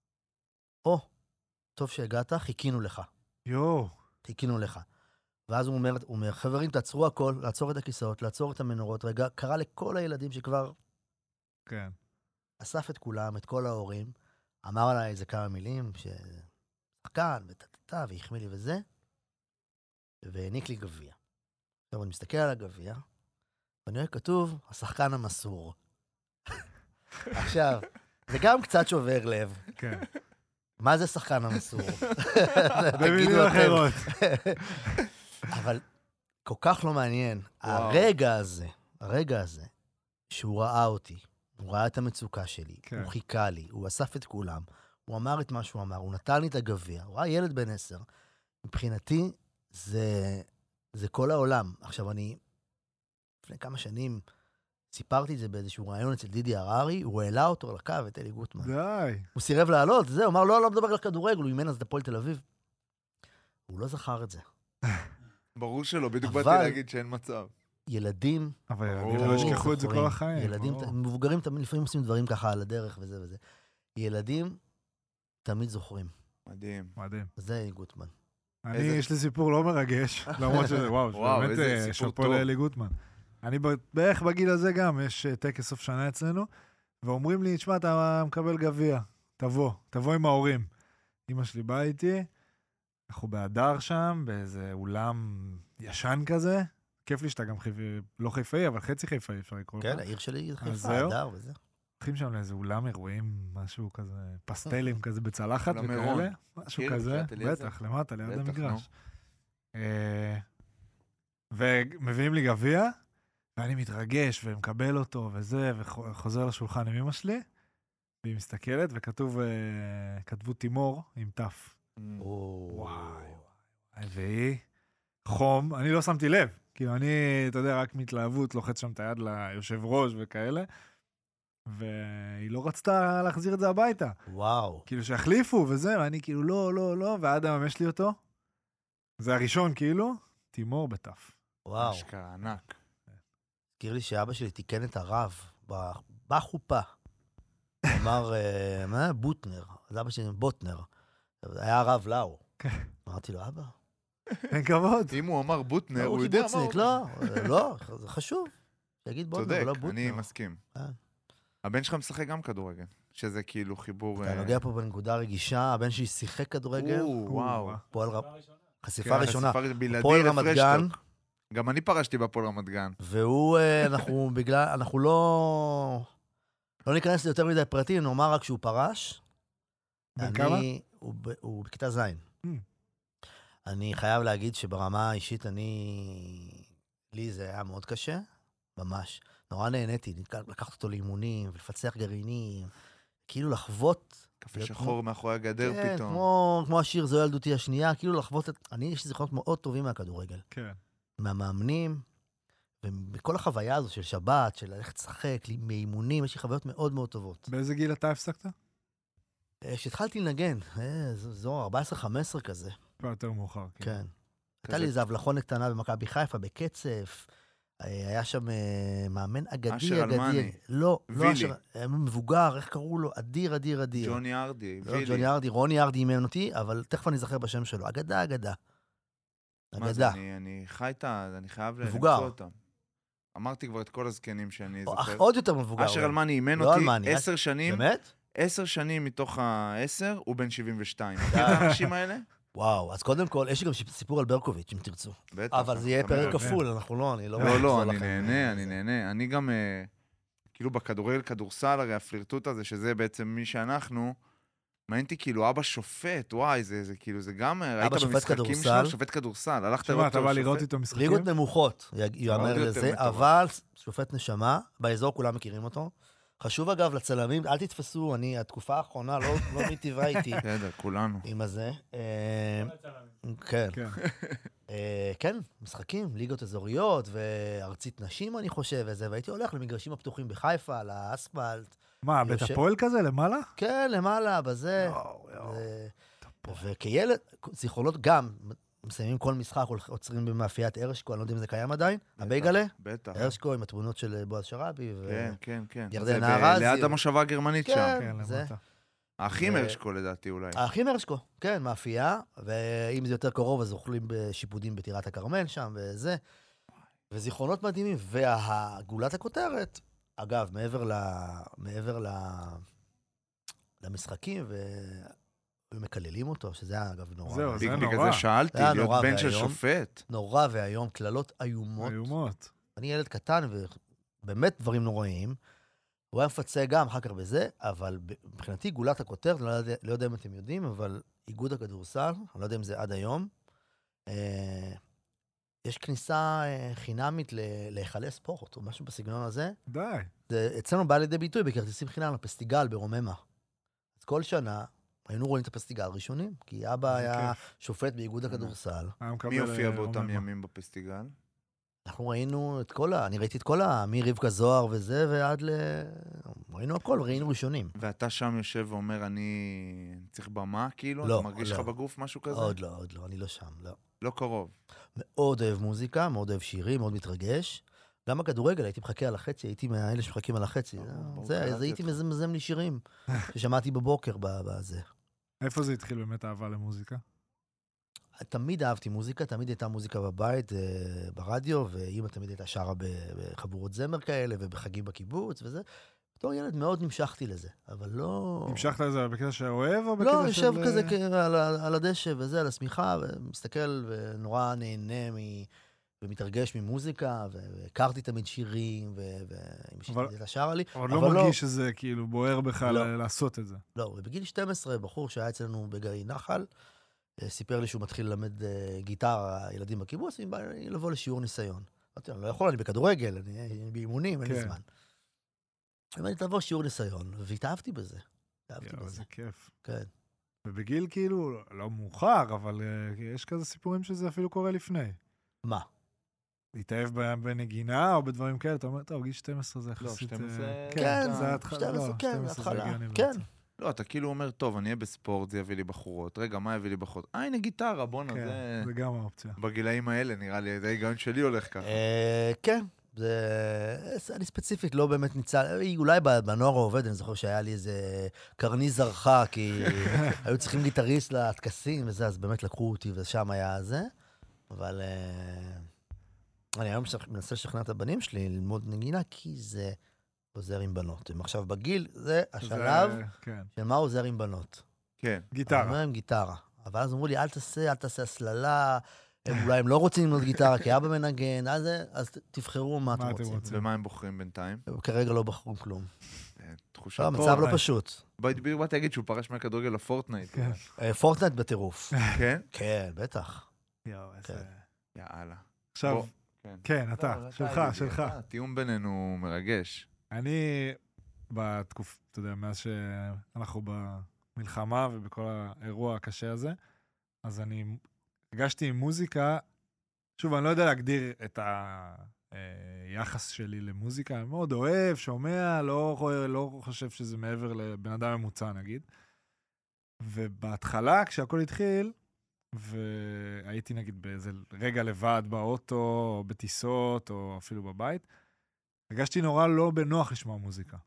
טוב שהגעת, חיכינו לך. חיכינו לך. ואז הוא אומר, חברים, תעצרו הכל, לעצור את הכיסאות, לעצור את המנורות, רגע, קרא לכל הילדים שכבר... כן. אסף את כולם, את כל ההורים, אמר עליי איזה כמה מילים, שחקן, וטטטה, והחמיא לי וזה, והעניק לי גביע. עכשיו, אני מסתכל על הגביע, ואני רואה כתוב, השחקן המסור. עכשיו, זה גם קצת שובר לב. כן. מה זה שחקן המסור? במילים אחרות. אבל כל כך לא מעניין. הרגע הזה, שהוא ראה אותי, הוא ראה את המצוקה שלי, הוא חיכה לי, הוא אסף את כולם, הוא אמר את מה שהוא אמר, הוא נתן לי את הגביע, הוא ראה ילד בן 10. מבחינתי, זה כל העולם. עכשיו, אני, לפני כמה שנים, סיפרתי את זה באיזשהו רעיון אצל דידי הררי, הוא העלה אותו לקו, את אלי גוטמן. די. הוא סירב לעלות, הוא אמר, לא מדבר על כדורגל, הוא אימן אז את הפועל תל אביב. הוא לא זכר את זה. ברור שלא, בדיוק באתי להגיד שאין מצב. ילדים... אבל ילדים לא ישכחו את זה כל החיים. ילדים, מבוגרים לפעמים עושים דברים ככה על הדרך וזה וזה. ילדים תמיד זוכרים. מדהים. מדהים. זה אלי גוטמן. יש לי סיפור לא מרגש, למרות שזה, וואו, באמת שאפו לאלי גוטמן. אני בערך בגיל הזה גם, יש טקס סוף שנה אצלנו, ואומרים לי, תשמע, אתה מקבל גביע, תבוא עם ההורים. אמא שלי באה איתי, אנחנו בהדר שם, באיזה אולם ישן כזה, כיף לי שאתה גם לא חיפאי, אבל חצי חיפאי אפשר לקרוא. כן, העיר שלי היא חיפה, הדר וזה. הולכים שם לאיזה אולם אירועים, משהו כזה, פסטלים כזה בצלחת וכאלה, משהו כזה, בטח, למטה, ליד המגרש. ומביאים לי גביע, ואני מתרגש ומקבל אותו וזה, וחוזר לשולחן עם אמא שלי, והיא מסתכלת, וכתבו תימור עם תף. וואי. והיא חום, אני לא שמתי לב, כאילו אני, אתה יודע, רק מתלהבות, לוחץ שם את היד ליושב ראש וכאלה, והיא לא רצתה להחזיר את זה הביתה. וואו. כאילו שהחליפו וזה, ואני כאילו לא, ועד ממש לי אותו. זה הראשון כאילו, תימור בתף. וואו. השקעה ענק. הזכיר לי שאבא שלי תיקן את הרב בחופה. הוא אמר, מה? בוטנר. אז אבא שלי בוטנר. היה הרב לאו. אמרתי לו, אבא. אין כבוד. אם הוא אמר בוטנר, הוא יודע מה הוא... לא, זה חשוב. שיגיד בוטנר ולא בוטנר. אני מסכים. הבן שלך משחק גם כדורגל, שזה כאילו חיבור... אתה נוגע פה בנקודה רגישה, הבן שלי שיחק כדורגל. וואו. חשיפה ראשונה. פועל רמת גן. גם אני פרשתי בפועל רמת גן. והוא, אנחנו לא ניכנס ליותר מדי פרטים, נאמר רק שהוא פרש. בן כמה? הוא בכיתה זין. אני חייב להגיד שברמה האישית לי זה היה מאוד קשה, ממש. נורא נהניתי, לקחת אותו לאימונים ולפצח גרעינים, כאילו לחוות... קפה שחור מאחורי הגדר פתאום. כמו השיר זו ילדותי השנייה, כאילו לחוות... יש לי זיכרונות מאוד טובים מהכדורגל. כן. מהמאמנים, ובכל החוויה הזו של שבת, של ללכת לשחק, מאימונים, יש לי חוויות מאוד מאוד טובות. באיזה גיל אתה הפסקת? כשהתחלתי לנגן, זו 14-15 כזה. כבר יותר מאוחר. כן. הייתה לי איזו הבלחון קטנה במכבי חיפה, בקצף, היה שם מאמן אגדי. אשר אלמני. לא אשר, מבוגר, איך קראו לו? אדיר. ג'וני ארדי, וילי. ג'וני ארדי, רוני ארדי אימן אותי, אבל תכף אני זכר בשם שלו. אגדה. מה זה, אני חי איתה, אני חייב למצוא אותם. אמרתי כבר את כל הזקנים שאני זוכר. עוד יותר מבוגר. אשר אלמני אימן אותי 10 שנים. באמת? 10 שנים מתוך ה-10, הוא בן 72. מכיר את האנשים האלה? וואו, אז קודם כל, יש לי גם סיפור על ברקוביץ', אם תרצו. בטח. אבל זה יהיה פרק כפול, לא, אני נהנה. אני גם, כאילו בכדורגל, כדורסל, הרי הפלירטוט הזה, שזה בעצם מי שאנחנו, מעניינתי כאילו, אבא שופט, וואי, זה כאילו, זה גם, ראית במשחקים שלו, שופט כדורסל, הלכת לראות אותו, אתה בא לראות איתו משחקים? ליגות נמוכות, יאמר לזה, אבל שופט נשמה, באזור כולם מכירים אותו. חשוב אגב לצלמים, אל תתפסו, התקופה האחרונה לא מטבעה איתי. בסדר, כולנו. עם הזה. כן, משחקים, ליגות אזוריות, וארצית נשים אני חושב, והייתי הולך למגרשים הפתוחים בחיפה, לאספלט. מה, בית הפועל כזה, למעלה? כן, למעלה, בזה. וכילד, זיכרונות גם, מסיימים כל משחק, עוצרים במאפיית הרשקו, אני לא יודע אם זה קיים עדיין, הבייגלה, בטח. הרשקו עם התמונות של בועז שרעבי, כן. ירדן זה ארזי. ליד המושבה הגרמנית שם. כן, זה. למטה. האחים הרשקו לדעתי אולי. האחים הרשקו, כן, מאפייה, ואם זה יותר קרוב, אז אוכלים בשיפודים בטירת הכרמל שם, וזה. וזיכרונות מדהימים, והגולת הכותרת, אגב, מעבר למשחקים, ומקללים אותו, שזה היה אגב נורא. זהו, זה בגלל נורא. זה שאלתי, זה היה להיות נורא בן של והיום. שופט. נורא והיום, קללות איומות. איומות. אני ילד קטן, ובאמת דברים נוראיים. הוא היה מפצה גם אחר כך בזה, אבל מבחינתי גולת הכותרת, לא יודע אם אתם יודעים, אבל איגוד הכדורסל, אני לא יודע אם זה עד היום, יש כניסה חינמית להיכלי ספורט, או משהו בסגנון הזה. די. זה אצלנו בא לידי ביטוי בכרטיסים חינם לפסטיגל ברוממה. אז כל שנה היינו רואים את הפסטיגל ראשונים, כי אבא היה שופט באיגוד הכדורסל. מי הופיע באותם ימים בפסטיגל? אנחנו ראינו את אני ראיתי את מרבקה זוהר וזה, ועד ראינו הכל, ראינו ראשונים. ואתה שם יושב ואומר, אני צריך במה, כאילו? לא, אתה מרגיש לך בגוף משהו כזה? עוד לא, אני לא שם, לא. לא קרוב. מאוד אוהב מוזיקה, מאוד אוהב שירים, מאוד מתרגש. גם הכדורגל, הייתי מחכה על החצי, הייתי מהאלה שמחכים על החצי. אז הייתי מזמזם לי שירים, ששמעתי בבוקר בזה. איפה זה התחיל באמת אהבה למוזיקה? תמיד אהבתי מוזיקה, תמיד הייתה מוזיקה בבית, ברדיו, ואמא תמיד הייתה שרה בחבורות זמר כאלה, ובחגים בקיבוץ וזה. בתור ילד מאוד נמשכתי לזה, אבל לא... נמשכת לזה בקטע שאוהב או בקטע לא, של... יושב כזה על הדשא וזה, על השמיכה, ומסתכל ונורא נהנה ומתרגש ממוזיקה, והכרתי תמיד שירים, ואם הייתה שרה לי. אבל לא מרגיש שזה כאילו בוער בך לעשות את זה. לא, ובגיל 12, בחור שהיה אצלנו בגיא נחל, סיפר לי שהוא מתחיל ללמד גיטרה, ילדים בקיבוץ, אם בא לבוא לשיעור ניסיון. אני לא יכול, אני בכדורגל, אני באימונים, אין לי זמן. אמרתי, תבוא שיעור ניסיון, והתאהבתי בזה. זה כיף. כן. ובגיל כאילו, לא מאוחר, אבל יש כזה סיפורים שזה אפילו קורה לפני. מה? להתאהב בנגינה או בדברים כאלה, אתה אומר, טוב, גיל 12 זה יחסית... לא, 12... כן, זה התחלה. 12, כן. לא, אתה כאילו אומר, טוב, אני אהיה בספורט, זה יביא לי בחורות. רגע, מה יביא לי בחורות? הנה גיטרה, בואנה, זה... זה גם האופציה. בגילאים האלה, נראה לי, זה ההיגיון שלי הולך ככה. כן, אני ספציפית לא באמת ניצל, אולי בנוער העובד, אני זוכר שהיה לי איזה קרני זרחה, כי היו צריכים גיטריסט לטקסים וזה, אז באמת לקחו אותי ושם היה זה, אבל אני היום מנסה לשכנע את הבנים שלי ללמוד נגינה, כי זה עוזר עם בנות. הם עכשיו בגיל, זה השלב של מה עוזר עם בנות. כן. גיטרה. אני אומר עם גיטרה. אבל אז אמרו לי, אל תעשה הסללה, אולי הם לא רוצים ללמוד גיטרה, כי אבא מנגן, אז תבחרו מה אתם רוצים. ומה הם בוחרים בינתיים? כרגע לא בחרו כלום. תחושה טוב. המצב לא פשוט. בדיוק באתי להגיד שהוא פרש מהכדורגל לפורטנייט. פורטנייט בטירוף. כן? כן, בטח. יאללה. עכשיו, כן, אתה, שלך. התיאום בינינו מרגש. אני, בתקופה, אתה יודע, מאז שאנחנו במלחמה ובכל האירוע הקשה הזה, אז אני הגשתי עם מוזיקה, שוב, אני לא יודע להגדיר את היחס שלי למוזיקה, אני מאוד אוהב, שומע, לא חושב שזה מעבר לבן אדם ממוצע, נגיד. ובהתחלה, כשהכל התחיל, והייתי נגיד באיזה רגע לבד באוטו, או בטיסות, או אפילו בבית, הרגשתי נורא לא בנוח לשמוע מוזיקה.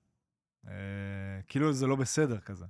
כאילו זה לא בסדר כזה.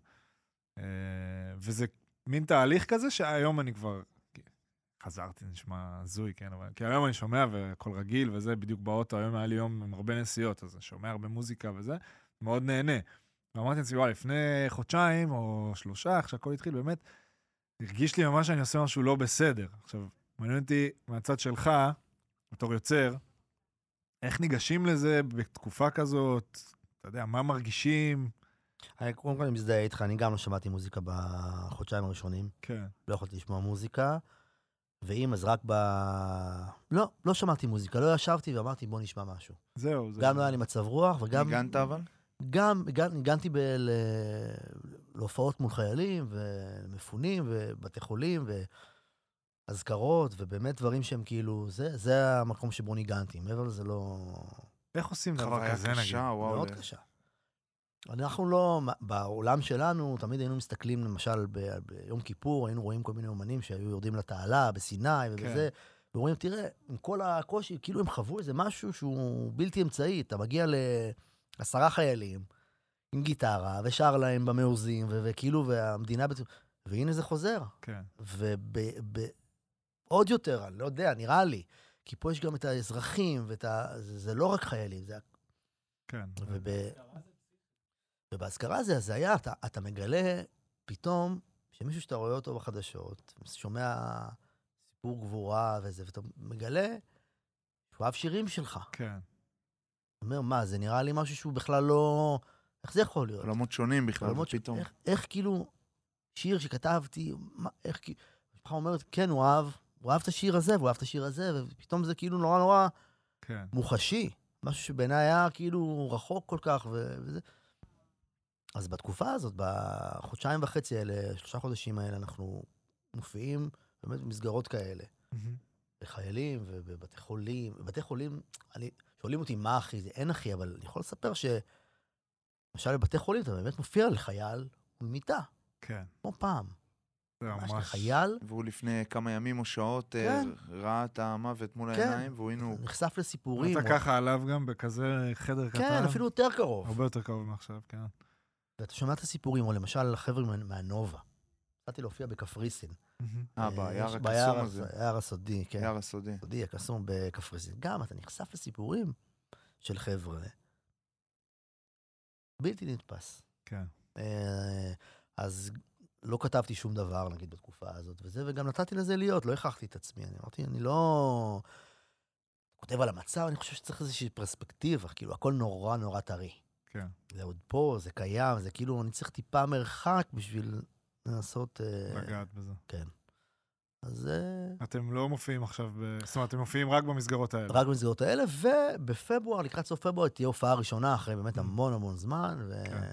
וזה מין תהליך כזה שהיום אני כבר חזרתי, נשמע זוי, כן, אבל כי היום אני שומע וכל רגיל וזה, בדיוק באוטו, היום היה לי יום עם הרבה נסיעות, אז אני שומע הרבה מוזיקה וזה, מאוד נהנה. ואמרתי לעצמי, וואי, לפני חודשיים או 3, כשהכל התחיל, באמת, הרגיש לי ממש שאני עושה משהו לא בסדר. עכשיו, מעניין אותי מהצד שלך, בתור יוצר, איך ניגשים לזה בתקופה כזאת? אתה יודע, מה מרגישים? קודם כל אני מזדהה איתך, אני גם לא שמעתי מוזיקה בחודשיים הראשונים. כן. לא יכולתי לשמוע מוזיקה. ואם אז רק לא שמעתי מוזיקה, לא ישבתי ואמרתי בוא נשמע משהו. זהו. גם לא היה לי מצב רוח וגם... ניגנת אבל? גם ניגנתי להופעות מול חיילים ומפונים ובתי חולים והזכרות ובאמת דברים שהם כאילו, זה המקום שבו ניגנתי, מעבר לזה לא... איך עושים דבר כזה נגיד? מאוד קשה. אנחנו לא, בעולם שלנו, תמיד היינו מסתכלים, למשל, ביום כיפור, היינו רואים כל מיני אומנים שהיו יורדים לתעלה, בסיני ובזה, ורואים, תראה, עם כל הקושי, כאילו הם חוו איזה משהו שהוא בלתי אמצעי, אתה מגיע ל10 חיילים, עם גיטרה, ושר להם במעוזים, וכאילו, והמדינה, והנה זה חוזר. כן. ועוד יותר, אני לא יודע, נראה לי, כי פה יש גם את האזרחים, זה לא רק חיילים, זה... כן. ובהזכרה זה היה, אתה מגלה פתאום שמישהו שאתה רואה אותו בחדשות, שומע סיפור גבורה וזה, ואתה מגלה שהוא אוהב שירים שלך. כן. אתה אומר, מה, זה נראה לי משהו שהוא בכלל לא... איך זה יכול להיות? עולמות שונים בכלל, פתאום. איך כאילו, שיר שכתבתי, איך כאילו... המשפחה אומרת, כן, הוא אהב את השיר הזה, והוא אהב את השיר הזה, ופתאום זה כאילו נורא נורא מוחשי. משהו שבעיניי היה כאילו רחוק כל כך, וזה... אז בתקופה הזאת, בחודשיים וחצי האלה, 3 חודשים האלה, אנחנו מופיעים באמת במסגרות כאלה. בחיילים ובבתי חולים. בבתי חולים, שואלים אותי מה אחי, זה אין אחי, אבל אני יכול לספר למשל בבתי חולים, אתה באמת מופיע לחייל במיטה. כן. כמו פעם. זה ממש... לחייל. והוא לפני כמה ימים או שעות ראה את המוות מול כן. העיניים, והוא נחשף לסיפורים. אתה ככה עליו גם בכזה חדר קטן. כן, אפילו יותר קרוב. הרבה יותר קרוב מעכשיו, כן. ואתה שומע את הסיפורים, או למשל החבר'ה מהנובה. באתי להופיע בקפריסין. ביער הקסום הזה. ביער הסודי, כן. ביער הסודי. סודי, הקסום בקפריסין. גם אתה נחשף לסיפורים של חבר'ה. בלתי נתפס. כן. אז לא כתבתי שום דבר, נגיד, בתקופה הזאת, וגם נתתי לזה להיות, לא הכרחתי את עצמי. אני אמרתי, אני לא... כותב על המצב, אני חושב שצריך איזושהי פרספקטיבה, כאילו, הכל נורא נורא טרי. כן. זה עוד פה, זה קיים, זה כאילו, אני צריך טיפה מרחק בשביל לנסות... לגעת בזה. כן. אז... אתם לא מופיעים עכשיו, זאת אומרת, אתם מופיעים רק במסגרות האלה. רק במסגרות האלה, ובפברואר, לקראת סוף פברואר, תהיה הופעה ראשונה, אחרי באמת המון המון זמן,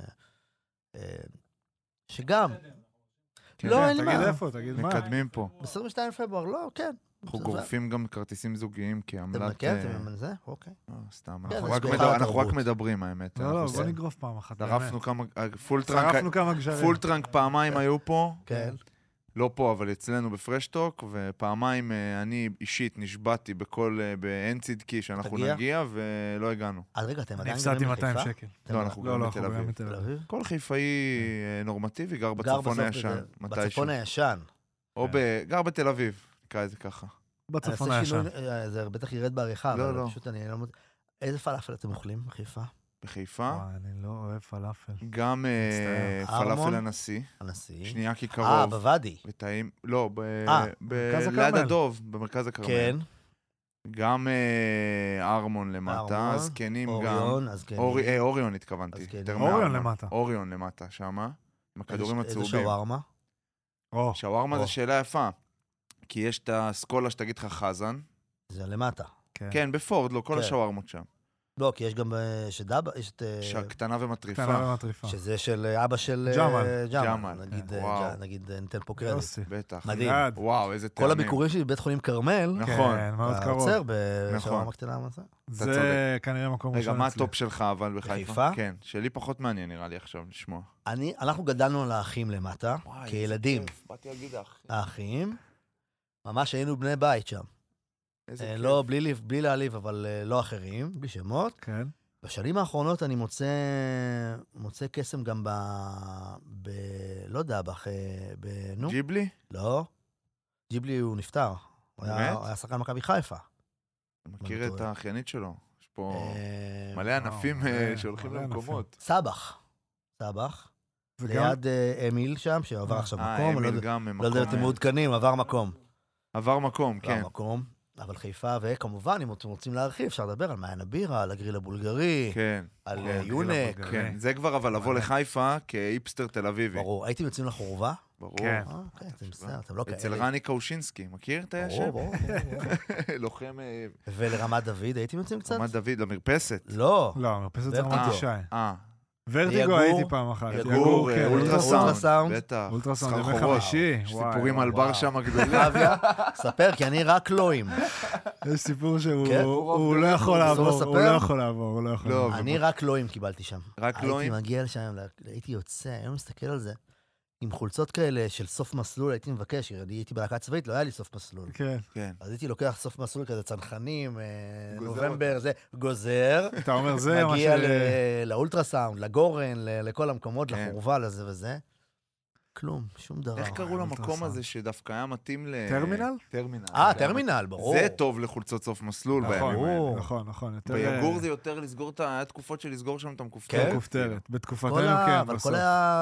שגם... לא, אין לי מה. תגיד איפה, תגיד מה. מקדמים פה. ב-22 פברואר, לא, כן. אנחנו גורפים גם כרטיסים זוגיים, כי עמלת... כן, אתם זה? אוקיי. סתם, אנחנו רק מדברים, האמת. לא, בוא נגרוף פעם אחת. דרפנו כמה... גשרים. פולטרנק פעמיים היו פה. כן. לא פה, אבל אצלנו בפרשטוק, ופעמיים אני אישית נשבעתי באין צדקי שאנחנו נגיע, ולא הגענו. אז רגע, אתם עדיין נפסעתי 200 שקל. לא, אנחנו גם בתל אביב. כל חיפאי נורמטיבי גר בצפון הישן. בצפון הישן. או גר בתל אביב, נקרא את זה ככה. בצפון הישן. זה בטח ירד בעריכה, לא, אבל לא. פשוט אני לא... איזה פלאפל אתם אוכלים בחיפה? בחיפה. וואי, אני לא אוהב פלאפל. גם פלאפל הנשיא. הנשיא. שנייה כי קרוב. בוואדי. וטעים, לא, מרכז ליד הכרמל. הדוב, במרכז הכרמל. כן. גם ארמון למטה, הזקנים גם. אוריון, הזקנים. אוריון התכוונתי. הזקנים. אוריון למטה. אוריון למטה, שמה. עם הכדורים הצהובים. איזה שווארמה? שווארמה זה שאלה יפה. כי יש את הסקולה שתגיד לך חזן. זה למטה. כן, בפורד, לא, כל השווארמות שם. לא, כי יש גם שדאבה, יש את... קטנה ומטריפה. קטנה ומטריפה. שזה של אבא של... ג'מאל. נגיד, ניתן פה קרדיט. בטח. מדהים. וואו, איזה כל טעמים. הביקורים שלי בבית חולים כרמל, נכון. כן, מאוד אתה קרוב. עוצר בשווארמה קטנה ומצא. זה כנראה מקום ראשון רגע, מה אצלי. הטופ שלך אבל בחיפה? בחיפה? כן, שלי פחות מעניין נראה לי עכשיו לשמוע. אנחנו גדלנו על האחים למטה, כילדים. באתי להגיד האחים. האחים. ממש היינו בני בית שם. איזה כיף. לא, בלי להעליב, אבל לא אחרים, בלי שמות. כן. בשנים האחרונות אני מוצא קסם גם לא יודע, נו? ג'יבלי? לא. ג'יבלי הוא נפטר. הוא היה שחקן מכבי חיפה. אתה מכיר את האחיינית שלו? יש פה מלא ענפים שהולכים למקומות. סבח. ליד אמיל שם, שעבר עכשיו מקום. אמיל גם לא יודע אם אתם מעודכנים, עבר מקום. עבר מקום, כן. עבר מקום. אבל חיפה, וכמובן, אם אתם רוצים להרחיב, אפשר לדבר על מעיין הבירה, על הגריל הבולגרי, כן. על יונק. כן, זה כבר אבל לבוא לחיפה כאיפסטר תל אביבי. ברור. הייתם יוצאים לחורבה? ברור. כן. אוקיי, אתם בסדר, אתם לא כאלה. אצל רני קאושינסקי, מכיר את הישב? ברור. לוחם... ולרמת דוד, הייתם יוצאים קצת? רמת דוד, למרפסת. לא. לא, מרפסת זה רמת ישי. ורטיגו הייתי פעם אחת. יגור, אולטרסאונד. בטח. אולטרסאונד, ימי חמישי. סיפורים על בר שם הגדולים. ספר, כי אני רק לואים. יש סיפור שהוא כן? הוא לא יכול לעבור, לספר? הוא לא יכול לעבור, הוא לא יכול לא, לעבור. אני רק לואים קיבלתי שם. רק לואים? הייתי מגיע לשם, הייתי יוצא, היום מסתכל על זה, עם חולצות כאלה של סוף מסלול, הייתי מבקש, אני הייתי בלהקה צבאית, לא היה לי סוף מסלול. כן. כן. אז הייתי לוקח סוף מסלול כזה, צנחנים, גוזר נובמבר, זה, גוזר, אתה אומר, זה מה מגיע לאולטרסאונד, לגורן, לכל המקומות, כן. לחורבה, לזה וזה. כלום, שום דבר. איך קראו למקום אולטרסאונד. הזה שדווקא היה מתאים ל... טרמינל? טרמינל. טרמינל, ברור. זה טוב לחולצות סוף מסלול בימים האלה. ברור. נכון. יותר- ביגור זה יותר לסגור את היה תקופות של לסגור שם את המכופתרת. כן. כופתרת. בתקופתנו כל כן, אבל בסוף.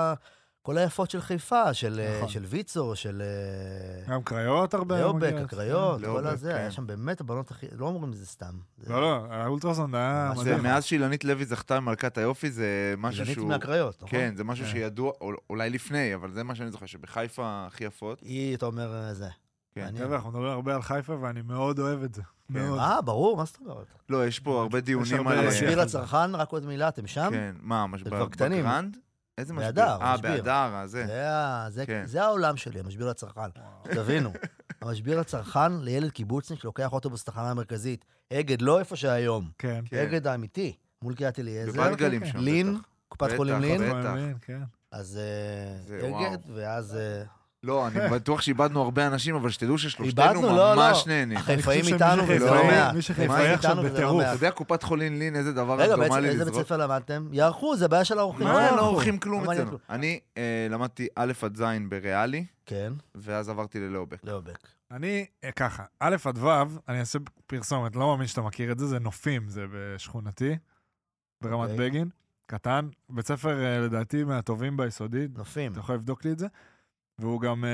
כל היפות של חיפה, נכון. של ויצור, של גם קריות הרבה ליאובק, מגיעות. הקריות, כל ליאובק, הזה, היה כן. שם באמת הבנות הכי, לא אומרים את זה סתם. לא, האולטרסאונד היה ממש מדהים. זה מאז שאילנית לוי זכתה במלכת היופי, זה משהו אילנית שהוא... מהקריות, נכון? כן, זה משהו כן. שידוע, אולי לפני, אבל זה מה שאני זוכר, שבחיפה הכי יפות. היא, אתה אומר, זה. כן. מעניין. חבר'ה, אנחנו מדברים הרבה על חיפה ואני מאוד אוהב את זה. מאוד. ברור, מה זאת אומרת? לא, יש פה הרבה דיונים הרבה על... שיח המשביר על זה. לצרכן, רק עוד מילה, אתם שם? כן, מה, כבר קטנים. בגרנד? איזה משביר? בהדר, המשביר. בהדר, זה. כן. זה העולם שלי, המשביר לצרכן. תבינו, המשביר לצרכן לילד קיבוצניק שלוקח אוטובוס תחנה המרכזית. אגד, לא איפה שהיום. כן. כן. אגד האמיתי, מול קריית אליעזר. בבת גלים שם, לין, בטח. קופת בטח, חולים לין. בטח. כן. אז זה, אגד, וואו. ואז... לא, אני בטוח שאיבדנו הרבה אנשים, אבל שתדעו ששלושתנו איבדנו, לא, ממש לא. נהנים. החיפאים אני חושב איתנו שמי וזה שחיפאי- לא מעט. מי שחיפאי חיפאים עכשיו איתנו וזה לא בטירוף. מעט. אתה יודע, קופת חולים לין, איזה דבר רגע, רנדומלי בעצם איזה בית לזרוק? ספר למדתם? יערכו, זה בעיה של האורחים. מה? אין אורחים כלום לא מעניין אצלנו. כלום. אני למדתי א' עד ז' בריאלי, כן, ואז עברתי ללאובק. ליאובק. אני, ככה, א' עד ו', אני אעשה פרסומת, לא מאמין שאתה מכיר את זה, זה נופים, זה בשכונתי, ברמת אוקיי. בגין, קטן, בית ספר לדעתי מהטובים ביסודי, נופים. אתה יכול לבדוק לי את זה, והוא גם,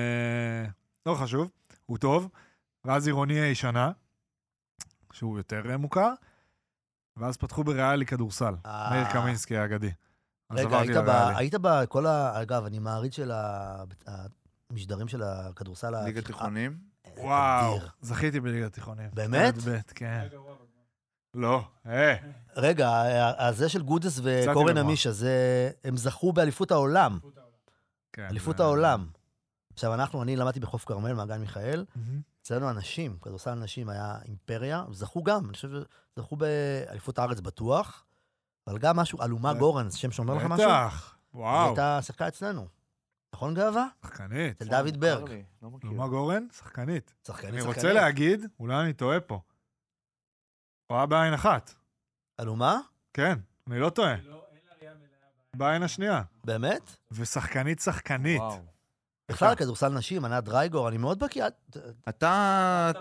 לא חשוב, הוא טוב, ואז עירוני הישנה, שהוא יותר מוכר, ואז פתחו בריאלי כדורסל, מאיר קמינסקי האגדי. אז רגע, עברתי לריאלי. היית בכל אגב, אני מעריץ של המשדרים של הכדורסל. ליגת תיכונים. איזה וואו, אדיר. זכיתי בליגת תיכונים. באמת? בית, כן. לא, רגע, הזה של גודס וקורן גבוה. אמישה, הם זכו באליפות העולם. כן, אליפות זה- העולם. עכשיו, אני למדתי בחוף כרמל, מעגן מיכאל, מהמם. אצלנו אנשים, כדורסל אנשים היה אימפריה, זכו גם, אני חושב שזכו באליפות הארץ בטוח, אבל גם משהו, אלומה גורן, זה שם שאומר לך משהו? בטח, היא וואו, הייתה שיחקה אצלנו. נכון גאווה? שחקנית. אצל דוד ברג. לא מכיר. אלומה גורן, שחקנית. שחקנית, אני שחקנית. רוצה להגיד, אולי אני טועה פה. רואה בעין אחת. אלומה? כן, אני לא טועה. בעין השנייה. באמת? ושחקנית שחקנית. וואו. בכלל, כדורסל נשים, ענת דרייגור, אני מאוד בקיא. אתה...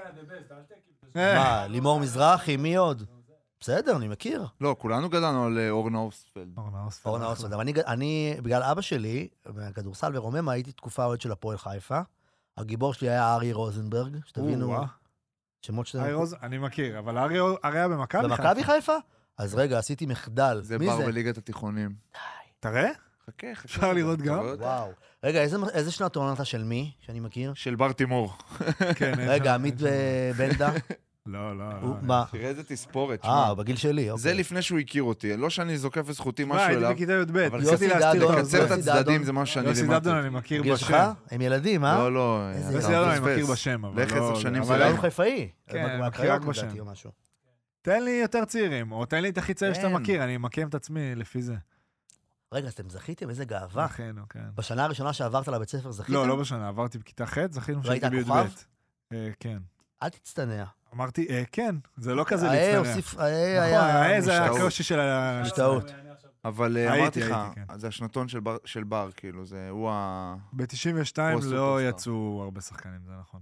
מה, לימור מזרחי, מי עוד? בסדר, אני מכיר. לא, כולנו גדלנו על אורנה אוספלד. אורנה אוספלד. אבל אני, בגלל אבא שלי, מהכדורסל ורוממה, הייתי תקופה אוהד של הפועל חיפה. הגיבור שלי היה ארי רוזנברג, שתבינו, שמות ארי שאתם... רוז, אני מכיר, אבל ארי היה במכבי חיפה. במכבי חיפה? אז רגע, עשיתי מחדל. זה מי בר זה? בליגת התיכונים. תראה? חכה. אפשר לראות גם? וואו. רגע, איזה שנת עונה של מי שאני מכיר? של בר תימור. כן, אין רגע, שם, עמית אין שם. בנדה? לא, לא. הוא- לא. מה? תראה איזה תספורת. שמע. בגיל שלי, אוקיי. זה לפני שהוא הכיר אותי. לא שאני זוקף לזכותי מה, משהו הייתי אליו. בכיתה י"ב, אבל ניסיתי יוסי להסתיר דדון, את לקצר את זה. יוסי הצדדים דדון. זה מה שאני יוסי לימדתי. דדון אני מכיר גיל בשם. שלך? הם ילדים, אה? לא. איזה יוסי אתה דדון אני מפספס. מכיר בשם, אבל לך לא... 10 שנים אבל- אבל זה היום חיפאי. כן, אני מהקריות, מכיר רק לדעתי, בשם. או משהו. תן לי יותר צעירים, או תן לי את הכי צעיר שאתה כן. מכיר, אני אמקם את עצמי לפי זה. רגע, אז אתם זכיתם? איזה גאווה. אכן, כן. בשנה הראשונה שעברת לבית ספר זכיתם? לא בשנה, עברתי בכיתה ח', זכינו והיית שהייתי כוכב? כן. אל תצטנע. אמרתי, כן, זה לא כזה ההא להצטנע. הוסיף, נכון, היה... זה היה השתאות. הקושי של ה... השתאות. אבל הייתי, אמרתי לך, כן. זה השנתון של בר, כאילו, זה הוא ה... ב-92 הוא לא הסופרסטאר. יצאו הרבה שחקנים, זה נכון.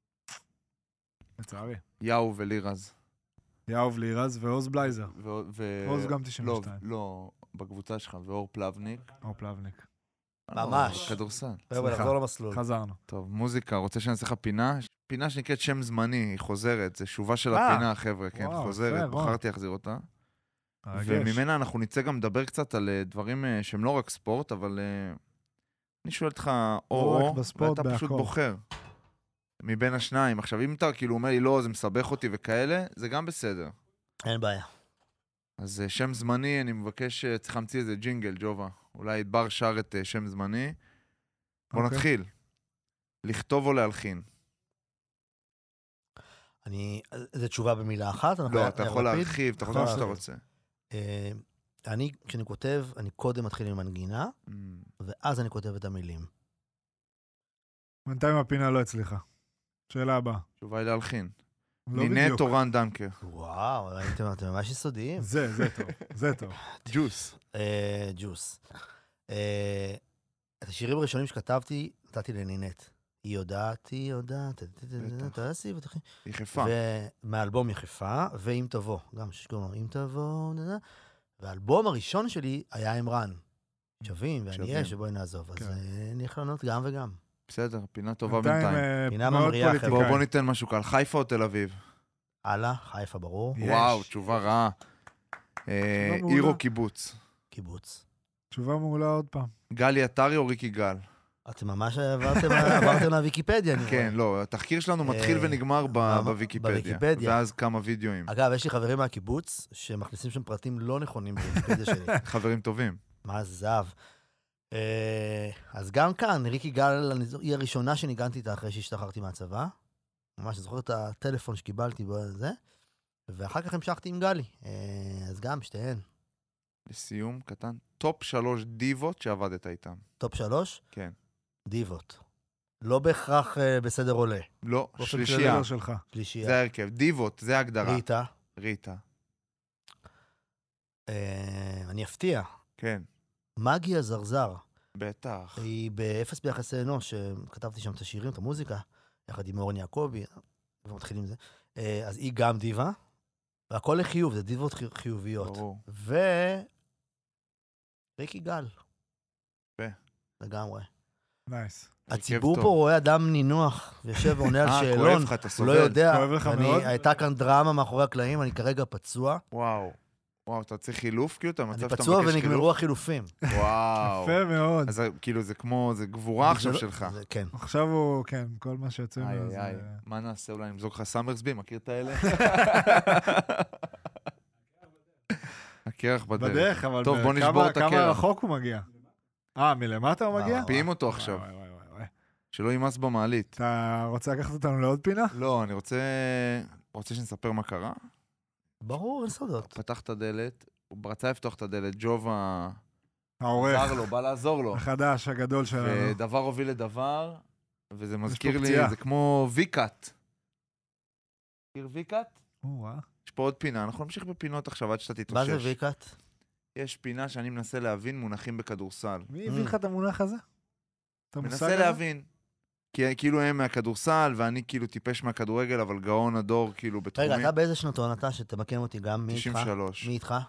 לצערי. יאו ולירז. יאוב לירז ועוז בלייזר. עוז גם לא, 92. לא, בקבוצה שלך, ואור פלבניק. אור פלבניק. ממש. כדורסל. חבר'ה, סליחה. לחזור למסלול. חזרנו. טוב, מוזיקה, רוצה שאני אעשה לך פינה? פינה שנקראת שם זמני, היא חוזרת, זה שובה של אה, הפינה, חבר'ה, כן, וואו, חוזרת, יפה, וואו. בחרתי להחזיר אותה. מרגש. וממנה אנחנו נצא גם לדבר קצת על דברים שהם לא רק ספורט, אבל אני שואל אותך, לא או, רק בספורט, ואתה פשוט בהכל. בוחר. מבין השניים. עכשיו, אם אתה כאילו אומר לי, לא, זה מסבך אותי וכאלה, זה גם בסדר. אין בעיה. אז שם זמני, אני מבקש, צריך להמציא איזה ג'ינגל, ג'ובה. אולי בר שר את שם זמני. בוא אוקיי. נתחיל. לכתוב או להלחין. זו תשובה במילה אחת? לא, אתה יכול להרחיב, אתה יכול מה שאתה רוצה. כשאני כותב, אני קודם מתחיל עם מנגינה, ואז אני כותב את המילים. בינתיים הפינה לא הצליחה. שאלה הבאה. תשובה היא להלחין. לא נינת בדיוק. אורן דנקר. וואו, אתם ממש יסודיים. זה טוב, זה טוב. ג'וס. ג'וס. את השירים הראשונים שכתבתי, נתתי לנינט. היא יודעת, תעשי ותכי. יחפה. ומהאלבום יחפה, ואם תבוא, גם שקוראים לו אם תבוא, והאלבום הראשון שלי היה עם רן. שווים, ואני יש, שבואי נעזוב. אז אני יכול לענות גם וגם. בסדר, פינה טובה בינתיים. פינה ממריאה. בוא ניתן משהו קל. חיפה או תל אביב? הלאה, חיפה ברור. וואו, תשובה רעה. עיר או קיבוץ? קיבוץ. תשובה מעולה עוד פעם. גלי עטרי או ריקי גל? אתם ממש עברתם מהוויקיפדיה. כן, לא, התחקיר שלנו מתחיל ונגמר בוויקיפדיה. ואז כמה וידאוים. אגב, יש לי חברים מהקיבוץ שמכניסים שם פרטים לא נכונים בוויקיפדיה שלי. חברים טובים. מה זב. אז גם כאן, ריקי גל היא הראשונה שניגנתי איתה אחרי שהשתחררתי מהצבא. ממש זוכר את הטלפון שקיבלתי בזה. ואחר כך המשכתי עם גלי. אז גם, שתיהן. לסיום, קטן. טופ 3 דיבות שעבדת איתם. טופ 3? כן. דיבות. לא בהכרח בסדר עולה. לא, שלישייה. שלישייה. זה ההרכב. דיבות, זה ההגדרה. ריטה. אני אפתיע. כן. מגי הזרזר. בטח. היא באפס ביחס האנוש, שכתבתי שם את השירים, את המוזיקה, יחד עם אורן יעקבי, ומתחילים עם זה. אז היא גם דיבה, והכל לחיוב, זה דיבות חיוביות. ברור. ריקי גל. לגמרי. נייס. הציבור פה רואה אדם נינוח, ויושב ועונה על שאלון, כואב לך, אתה סובל. לא יודע, כואב לך מאוד? הייתה כאן דרמה מאחורי הקלעים, אני כרגע פצוע. וואו, אתה צריך חילוף כאילו? אתה מצב אני שאתה פצוע מבקש ונגמרו חילוף? החילופים. וואו. יפה מאוד. אז כאילו זה כמו, זה גבורה עכשיו שלך. כן. עכשיו הוא, כן, כל מה שיוצא ממנו זה... מה נעשה? אולי נמזוג לך סמרסבי? מכיר את האלה? הקרח בדרך. בדרך, אבל טוב, בוא נשבור את כמה הקרח. רחוק הוא מגיע? מלמטה הוא מגיע? פיעים אותו עכשיו. שלא יימס במעלית. אתה רוצה לקחת אותנו לעוד פינה? לא, אני רוצה שנספר מה קרה. ברור, אין סודות. פתח את הדלת, הוא רצה לפתוח את הדלת, ג'ובה העורך. עזר לו, בא לעזור לו. החדש, הגדול שלנו. ודבר הוביל לדבר, וזה מזכיר לי, פציעה. זה כמו ויקאט. מכיר ויקאט? יש פה עוד פינה, אנחנו נמשיך בפינות עכשיו עד שאתה תתאושש. מה זה ויקאט? יש פינה שאני מנסה להבין מונחים בכדורסל. מי הביא לך את המונח הזה? מנסה להבין. כי כאילו הם מהכדורסל, ואני כאילו טיפש מהכדורגל, אבל גאון הדור כאילו בתחומי. רגע, אתה באיזה שנתון אתה שתמקם אותי גם? מי איתך? 93. מי איתך?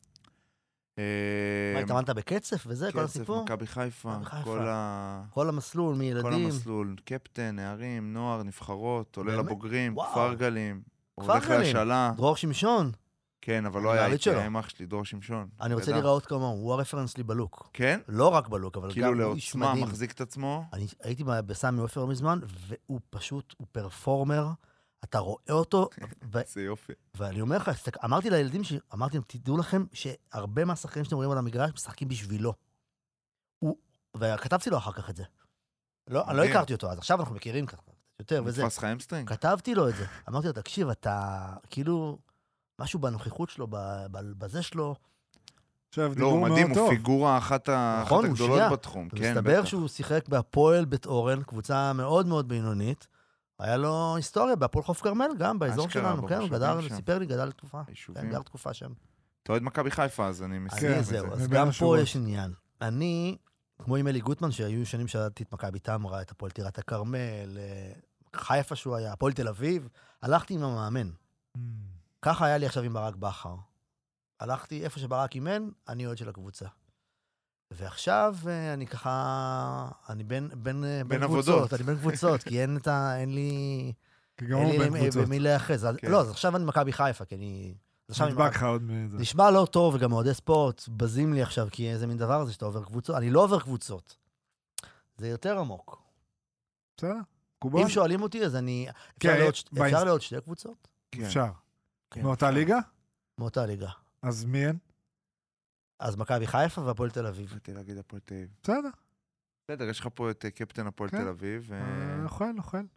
מה, התאמנת בקצף וזה, כל הסיפור? קצף, מכבי חיפה, כל המסלול, מילדים. כל המסלול, קפטן, נערים, נוער, נבחרות, עולה באמת? לבוגרים, וואו. כפר גלים, כפר הולך גלים? להשאלה. דרור שמשון. כן, אבל לא אני היה מעריץ איתי, שלו. עם אח שלי, דרור שמשון. אני רוצה גדל. לראות כמוהו, הוא הרפרנס לי בלוק. כן? לא רק בלוק, אבל כאילו גם הוא איש לעוצמה, מדהים. מחזיק את עצמו. אני הייתי בסמי עופר מזמן, והוא פשוט, הוא פרפורמר, אתה רואה אותו, זה יופי. ואני אומר לך, אמרתי לילדים, אמרתי להם, תדעו לכם שהרבה מהשחקנים שאתם רואים על המגרש משחקים בשבילו. וכתבתי לו אחר כך את זה. אני לא הכרתי אותו, אז עכשיו אנחנו מכירים ככה, יותר וזה. נתפס לך אמסטרינג? כתבתי לו את זה. אמרתי לו, תקשיב, אתה כאילו, משהו בנוכחות שלו, בזה שלו. לא, הוא מדהים, הוא פיגורה אחת הגדולות בתחום. ומסתבר שהוא שיחק בהפועל בית אורן, קבוצה מאוד מאוד בינונית. היה לו היסטוריה בהפועל חוף כרמל, גם באזור שלנו, כן, הוא גדל, סיפר לי, גדל תקופה. כן, גר תקופה שם. אתה אוהד מכבי חיפה, אז אני מסכים את זה. אז גם פה יש עניין. אני, כמו עם אלי גוטמן, שהיו שנים שעדתי את מכבי תמרה, את הפועל טירת הכרמל, חיפה שהוא היה, הפועל תל אביב, הלכתי עם המאמן. ככה היה לי עכשיו עם ברק בכר. הלכתי איפה שברק אימן, אני אוהד של הקבוצה. ועכשיו אני ככה, אני בין קבוצות, אני בין קבוצות, כי אין לי במי להיאחז. לא, אז עכשיו אני מכבי חיפה, כי אני... נדבק לך עוד מזה. נשמע לא טוב, וגם אוהדי ספורט בזים לי עכשיו, כי איזה מין דבר הזה שאתה עובר קבוצות. אני לא עובר קבוצות. זה יותר עמוק. בסדר, קובן. אם שואלים אותי, אז אני... אפשר לעוד שתי קבוצות? אפשר. מאותה ליגה? מאותה ליגה. אז מי אין? אז מכבי חיפה והפועל תל אביב. רציתי להגיד הפועל תל אביב. בסדר. בסדר, יש לך פה את קפטן הפועל תל אביב. נוכל.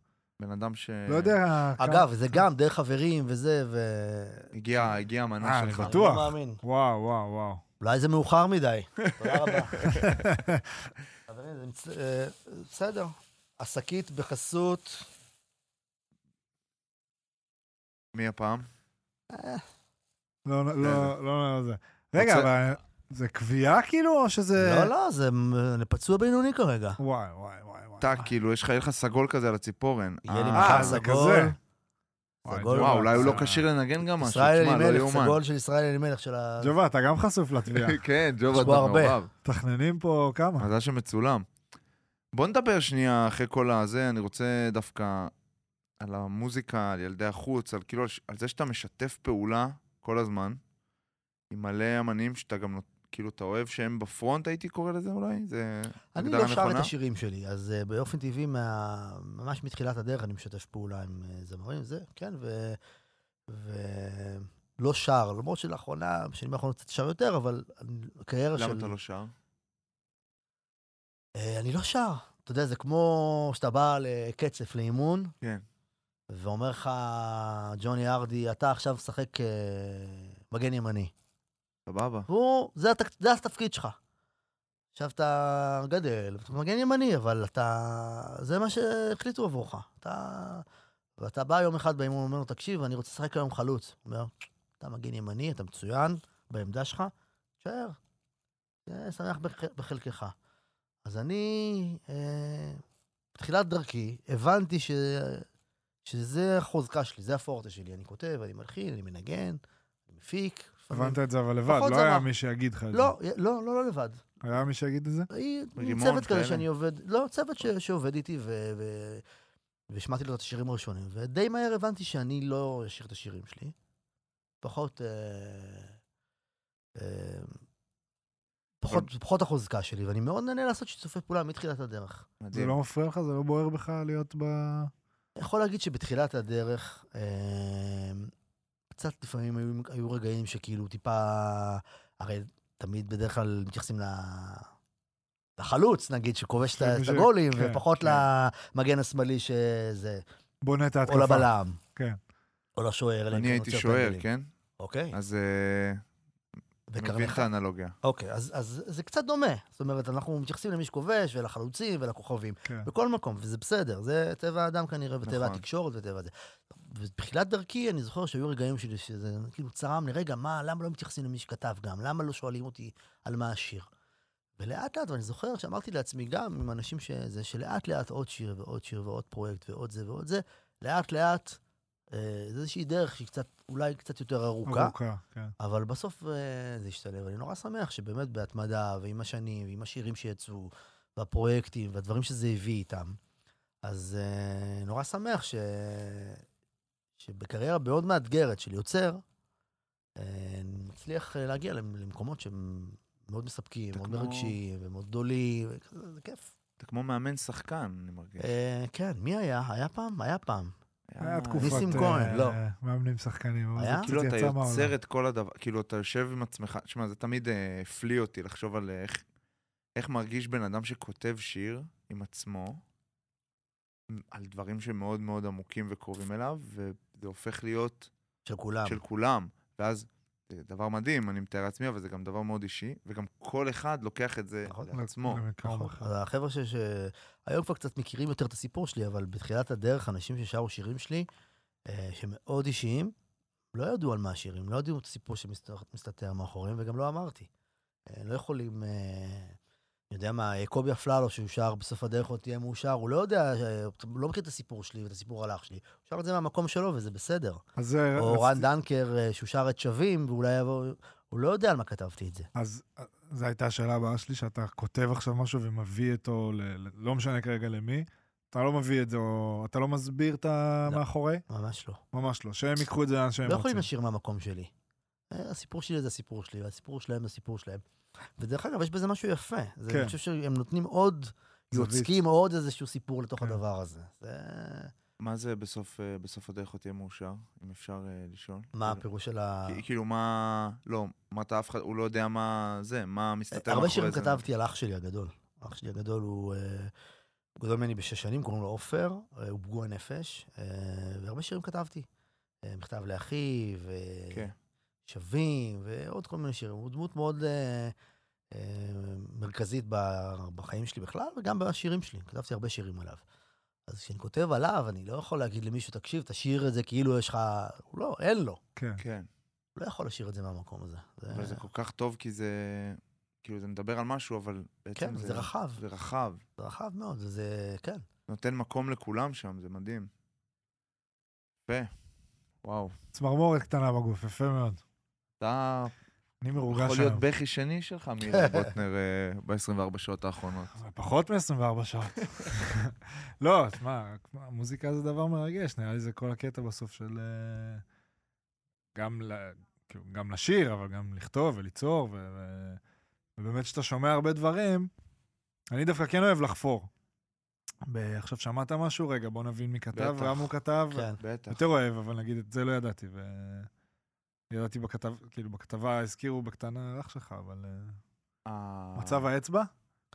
בן אדם ש... לא יודע... אגב, זה גם דרך חברים וזה, הגיע המנה אני שלך. בטוח. אני לא מאמין. וואו. אולי זה מאוחר מדי. תודה רבה. חברים, זה בסדר. עסקית בחסות... מי הפעם? לא זה. רגע, אבל זה קביעה כאילו, או שזה... לא, אני פצוע בינוני כרגע. וואי. אתה, כאילו, יש לך סגול כזה על הציפורן. יהיה לי מחר זה סגול. כזה. וואו, אולי הוא לא כשיר לנגן גם משהו. ישראל תשמע, לא אלימלך, יאומן. סגול של ישראל אלימלך של ה... ג'ובה, אתה גם חשוף לתביעה. כן, ג'ובה, יש אתה בו הרבה. מעורב. תכננים פה כמה. מזל שמצולם. בוא נדבר שנייה אחרי כל הזה, אני רוצה דווקא על המוזיקה, על ילדי החוץ, על כאילו, על זה שאתה משתף פעולה כל הזמן, עם מלא אמנים שאתה גם, כאילו, אתה אוהב שהם בפרונט, הייתי קורא לזה אולי? זה אני הגדרה לא שר את נכונה? השירים שלי, אז באופן טבעי, ממש מתחילת הדרך אני משתף פעולה עם זמרים, זה, כן, ולא שר, למרות שלאחרונה, בשנים האחרונות קצת שר יותר, אבל הקריירה של... למה אתה לא שר? אני לא שר. אתה יודע, זה כמו שאתה בא לקצף, לאימון, כן. ואומר לך, ג'וני ארדי, אתה עכשיו משחק מגן ימני. סבבה. זה התפקיד שלך. עכשיו אתה גדל, אתה מגן ימני, אבל זה מה שהחליטו עבורך. ואתה בא יום אחד באימון ואומר לו, תקשיב, אני רוצה לשחק היום חלוץ. הוא אומר, אתה מגן ימני, אתה מצוין בעמדה שלך, תשאר. שמח בחלקך. אז אני, בתחילת דרכי, הבנתי שזה החוזקה שלי, זה הפורטה שלי. אני כותב, אני מלחין, אני מנגן, אני מפיק. הבנת את זה אבל לבד, לא היה מי שיגיד לך את זה. לא לבד. היה מי שיגיד את זה? צוות כזה שאני עובד, לא, צוות שעובד איתי ושמעתי לו את השירים הראשונים, ודי מהר הבנתי שאני לא אשאיר את השירים שלי. פחות החוזקה שלי, ואני מאוד נהנה לעשות שיתופי פעולה מתחילת הדרך. זה לא מפריע לך? זה לא בוער בך להיות ב... אני יכול להגיד שבתחילת הדרך, קצת לפעמים היו רגעים שכאילו טיפה, הרי תמיד בדרך כלל מתייחסים לחלוץ, נגיד, שכובש את הגולים, ופחות למגן השמאלי שזה... בונה את ההתקפה. או לבלם. כן. או לשוער. אני הייתי שוער, כן? אוקיי. אז מבין את האנלוגיה. אוקיי, אז זה קצת דומה. זאת אומרת, אנחנו מתייחסים למי שכובש, ולחלוצים, ולכוכבים. בכל מקום, וזה בסדר. זה טבע האדם כנראה, וטבע התקשורת, וטבע זה. ובתחילת דרכי, אני זוכר שהיו רגעים שלי, שזה כאילו צרם לי, רגע, למה לא מתייחסים למי שכתב גם? למה לא שואלים אותי על מה השיר? ולאט לאט, ואני זוכר שאמרתי לעצמי גם עם אנשים שלאט לאט עוד שיר ועוד שיר ועוד פרויקט ועוד זה ועוד זה, לאט לאט, זה איזושהי דרך שהיא אולי קצת יותר ארוכה, כן. אבל בסוף זה השתלב. אני נורא שמח שבאמת בהתמדה ועם השנים ועם השירים שיצאו והפרויקטים והדברים שזה הביא איתם, אז נורא שמח שבקריירה מאוד מאתגרת של יוצר, מצליח להגיע למקומות שהם מאוד מספקים, מאוד מרגשים ומאוד גדולים, זה כיף. אתה כמו מאמן שחקן, אני מרגיש. כן, מי היה? היה פעם. היה תקופת... ניסים כהן, לא. מאמנים שחקנים. היה? כאילו אתה יוצר את כל הדבר, כאילו אתה יושב עם עצמך, תשמע, זה תמיד הפליא אותי לחשוב על איך מרגיש בן אדם שכותב שיר עם עצמו, על דברים שמאוד מאוד עמוקים וקרובים אליו, וזה הופך להיות... של כולם. ואז זה דבר מדהים, אני מתאר לעצמי, אבל זה גם דבר מאוד אישי, וגם כל אחד לוקח את זה לעצמו. החבר'ה שהיום כבר קצת מכירים יותר את הסיפור שלי, אבל בתחילת הדרך, אנשים ששרו שירים שלי, שמאוד אישיים, לא ידעו על מה השירים, לא ידעו את הסיפור שמסתתר מאחוריהם, וגם לא אמרתי. לא יכולים, אני יודע מה, קובי אפללו שהוא שר בסוף הדרך עוד תהיה מאושר, הוא לא יודע, הוא לא מכיר את הסיפור שלי ואת הסיפור על אח שלי, הוא שר את זה מהמקום שלו וזה בסדר. או רן דנקר שהוא שר את שווים, ואולי יבוא, הוא לא יודע על מה כתבתי את זה. אז זו הייתה השאלה הבאה שלי, שאתה כותב עכשיו משהו ומביא אותו, לא משנה כרגע למי, אתה לא מביא את זה, או אתה לא מסביר את המאחורי? ממש לא. ממש לא, שהם ייקחו את זה לאן שהם רוצים. לא יכולים לשיר מהמקום שלי. הסיפור שלי זה הסיפור שלי, והסיפור שלהם זה הסיפור שלהם. ודרך אגב, יש בזה משהו יפה. אני חושב שהם נותנים עוד, יוצקים עוד איזשהו סיפור לתוך הדבר הזה. מה זה בסוף הדרך עוד תהיה מאושר, אם אפשר לשאול? מה הפירוש של כאילו מה, לא, מה אתה אף אחד, הוא לא יודע מה זה, מה מסתתר הרבה מאחורי זה. שירים כתבתי על אח שלי הגדול. אח שלי הגדול הוא הוא גדול ממני ב6 שנים, קוראים לו עופר, הוא פגוע נפש, והרבה שירים כתבתי. מכתב לאחי, כן. ושבים, ועוד כל מיני שירים. הוא דמות מאוד מרכזית בחיים שלי בכלל, וגם בשירים שלי. כתבתי הרבה שירים עליו. אז כשאני כותב עליו, אני לא יכול להגיד למישהו, תקשיב, תשאיר את זה כאילו יש לך... הוא לא, אין לו. כן. כן. הוא לא יכול לשיר את זה מהמקום הזה. אבל זה כל כך טוב, כי זה... כאילו, זה מדבר על משהו, אבל בעצם כן, זה רחב. זה רחב. זה רחב מאוד, זה... כן. נותן מקום לכולם שם, זה מדהים. יפה. וואו. צמרמורת קטנה בגוף, יפה מאוד. אתה אני מרוגש יכול היום. להיות בכי שני שלך מילה בוטנר ב-24 שעות האחרונות. פחות מ-24 שעות. לא, תשמע, המוזיקה זה דבר מרגש, נראה לי זה כל הקטע בסוף של... גם לשיר, אבל גם לכתוב וליצור, ובאמת שאתה שומע הרבה דברים, אני דווקא כן אוהב לחפור. עכשיו שמעת משהו? רגע, בוא נבין מי כתב, בטח. למה הוא כתב. כן. בטח. יותר אוהב, אבל נגיד, את זה לא ידעתי, ידעתי בכתבה, הזכירו בקטנה האח שלך, אבל... מצב האצבע?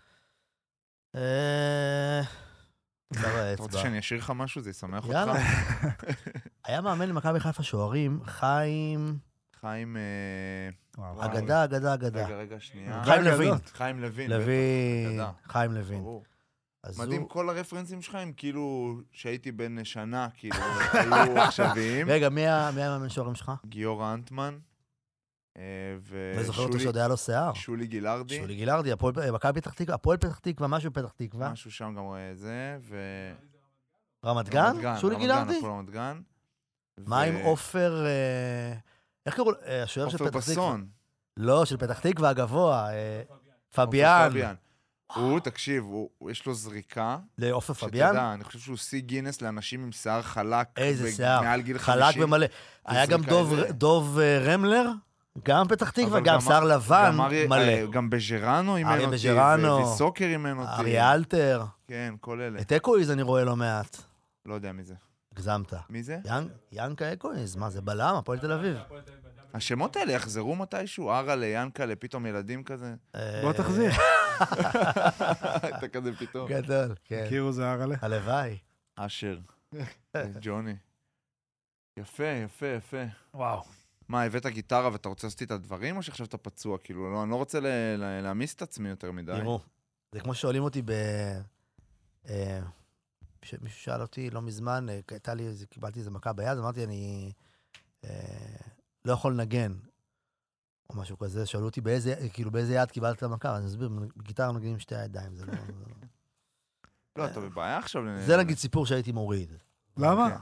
אתה רוצה שאני אשאיר לך משהו? זה ישמח אותך? יאללה. היה מאמן למכבי חיפה שוערים, חיים... חיים... אגדה. רגע, שנייה. חיים לוין. חיים לוין. לוין. חיים לוין. ברור. אז מדהים, הוא... כל הרפרנסים שלך הם כאילו שהייתי בן שנה, כאילו, היו עכשוויים. רגע, מי המאמן שוערים שלך? גיורא אנטמן. אני זוכר אותו שעוד היה לו שיער. שולי גילארדי. שולי גילארדי, מכבי פתח תקווה, הפועל פתח תקווה, משהו פתח תקווה. משהו שם גם זה, רמת גן? שולי גילארדי? רמת גן. מה עם עופר... איך קראו? השוער של פתח תקווה. עופר בסון. לא, של פתח תקווה הגבוה. פביאן. הוא, תקשיב, יש לו זריקה. לעופר פביאן? שתדע, אני חושב שהוא שיא גינס לאנשים עם שיער חלק. איזה שיער. מעל גיל 50. חלק ומלא. היה גם דוב רמלר, גם פתח תקווה, גם שיער לבן מלא. גם בז'רנו אימן אותי, וויסוקר אימן אותי. אריה אלתר. כן, כל אלה. את אקויז אני רואה לא מעט. לא יודע מי זה. הגזמת. מי זה? ינקה אקויז, מה זה בלם? הפועל תל אביב. השמות האלה יחזרו מתישהו? ארה ליאנקה, לפתאום ילדים כזה? בוא תחזיר. אתה כזה פתאום. גדול, כן. הכירו זה ארלה. הלוואי. אשר. ג'וני. יפה. וואו. מה, הבאת גיטרה ואתה רוצה לעשות את הדברים, או שעכשיו אתה פצוע? כאילו, אני לא רוצה להמיס את עצמי יותר מדי. תראו, זה כמו ששואלים אותי מישהו שאל אותי לא מזמן, קיבלתי איזה מכה ביד, אמרתי, אני לא יכול לנגן, או משהו כזה, שאלו אותי באיזה יד קיבלת את המכה, אני אסביר, בגיטרה מנגנים שתי הידיים, זה לא... לא, אתה בבעיה עכשיו? זה נגיד סיפור שהייתי מוריד. למה?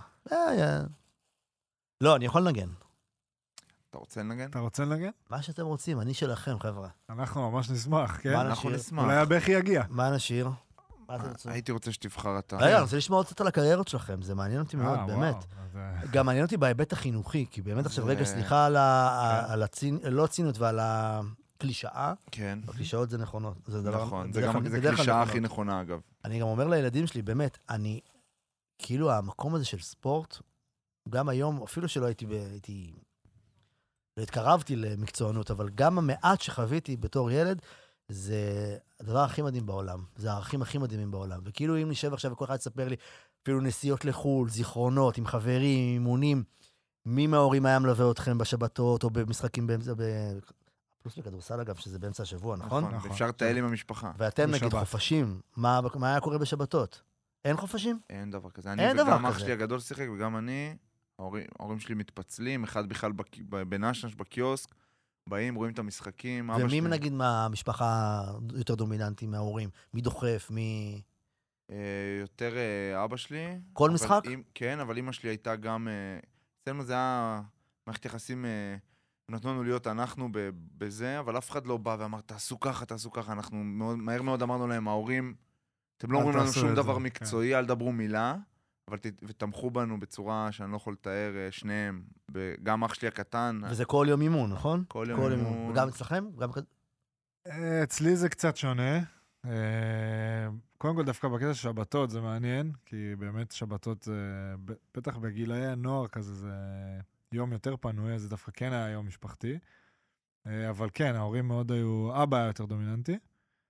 לא, אני יכול לנגן. אתה רוצה לנגן? אתה רוצה לנגן? מה שאתם רוצים, אני שלכם, חבר'ה. אנחנו ממש נשמח, כן? אנחנו נשמח. אולי הבכי יגיע. מה נשאיר? מה אתם רוצים? הייתי רוצה שתבחר אתה. רגע, אני רוצה לשמוע קצת על הקריירות שלכם, זה מעניין אותי מאוד, באמת. גם מעניין אותי בהיבט החינוכי, כי באמת עכשיו רגע, סליחה על לא הצינות ועל הקלישאה. כן. הקלישאות זה נכונות. נכון, זה קלישאה הכי נכונה, אגב. אני גם אומר לילדים שלי, באמת, אני, כאילו המקום הזה של ספורט, גם היום, אפילו שלא הייתי, לא התקרבתי למקצוענות, אבל גם המעט שחוויתי בתור ילד, זה הדבר הכי מדהים בעולם. זה הערכים הכי מדהימים בעולם. וכאילו אם נשב עכשיו וכל אחד יספר לי, אפילו נסיעות לחול, זיכרונות, עם חברים, עם אימונים, מי מההורים היה מלווה אתכם בשבתות, או במשחקים באמצע, פלוס בכדורסל אגב, שזה באמצע השבוע, נכון? נכון, אפשר לטייל עם המשפחה. ואתם נגיד חופשים, מה היה קורה בשבתות? אין חופשים? אין דבר כזה. אני וגם אח שלי הגדול שיחק, וגם אני, ההורים שלי מתפצלים, אחד בכלל בנשנש, בקיוסק, באים, רואים את המשחקים. ומי נגיד מהמשפחה יותר דומיננטי מההורים? מי דוחף? מי... יותר אבא שלי. כל משחק? כן, אבל אמא שלי הייתה גם... אצלנו זה היה מערכת יחסים... נתנו לנו להיות אנחנו בזה, אבל אף אחד לא בא ואמר, תעשו ככה. אנחנו מהר מאוד אמרנו להם, ההורים, אתם לא אומרים לנו שום דבר מקצועי, אל דברו מילה, ותמכו בנו בצורה שאני לא יכול לתאר, שניהם, גם אח שלי הקטן. וזה כל יום אימון, נכון? כל יום אימון. וגם אצלכם? אצלי זה קצת שונה. קודם כל דווקא בקטע של שבתות זה מעניין, כי באמת שבתות זה, בטח בגילאי הנוער כזה, זה יום יותר פנוי, זה דווקא כן היה יום משפחתי. אבל כן, ההורים מאוד היו, אבא היה יותר דומיננטי.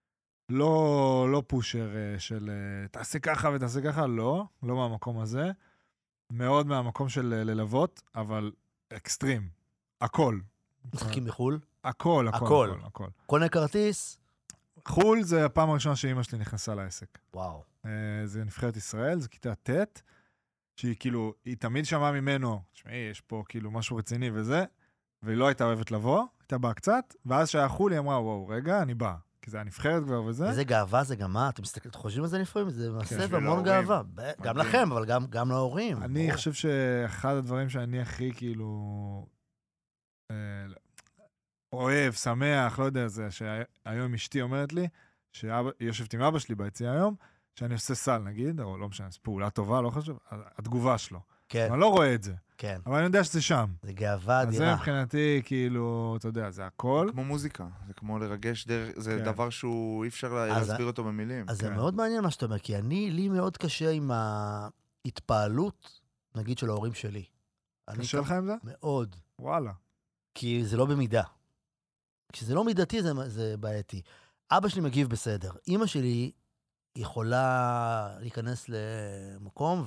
לא פושר של תעשה ככה ותעשה ככה, לא מהמקום הזה. מאוד מהמקום של ללוות, אבל אקסטרים. הכל. משחקים בחול? הכל. קונה כרטיס? חול זה הפעם הראשונה שאמא שלי נכנסה לעסק. וואו. זה נבחרת ישראל, זה כיתה ט', שהיא כאילו, היא תמיד שמעה ממנו, תשמעי, יש פה כאילו משהו רציני וזה, והיא לא הייתה אוהבת לבוא, הייתה באה קצת, ואז שהיה חול, היא אמרה, וואו, רגע, אני באה. כי זה היה נבחרת כבר וזה. איזה גאווה זה גם מה? אתם חושבים על זה לפעמים? זה מסב המון גאווה. גם לכם, אבל גם להורים. אני חושב שאחד הדברים שאני הכי כאילו אוהב, שמח, לא יודע, זה שהיום אשתי אומרת לי, שהיא יושבת עם אבא שלי ביציאה היום, שאני עושה סל נגיד, או לא משנה, פעולה טובה, לא חשוב, התגובה שלו. כן. אני לא רואה את זה. כן. אבל אני יודע שזה שם. זה גאווה אדירה. אז זה מבחינתי, כאילו, אתה יודע, זה הכל. כמו מוזיקה, זה כמו לרגש דרך, זה דבר שהוא אי אפשר להסביר אותו במילים. אז זה מאוד מעניין מה שאתה אומר, כי לי מאוד קשה עם ההתפעלות, נגיד, של ההורים שלי. קשה לך עם זה? מאוד. וואלה. כי זה לא במידה. כשזה לא מידתי, זה בעייתי. אבא שלי מגיב בסדר. אמא שלי יכולה להיכנס למקום,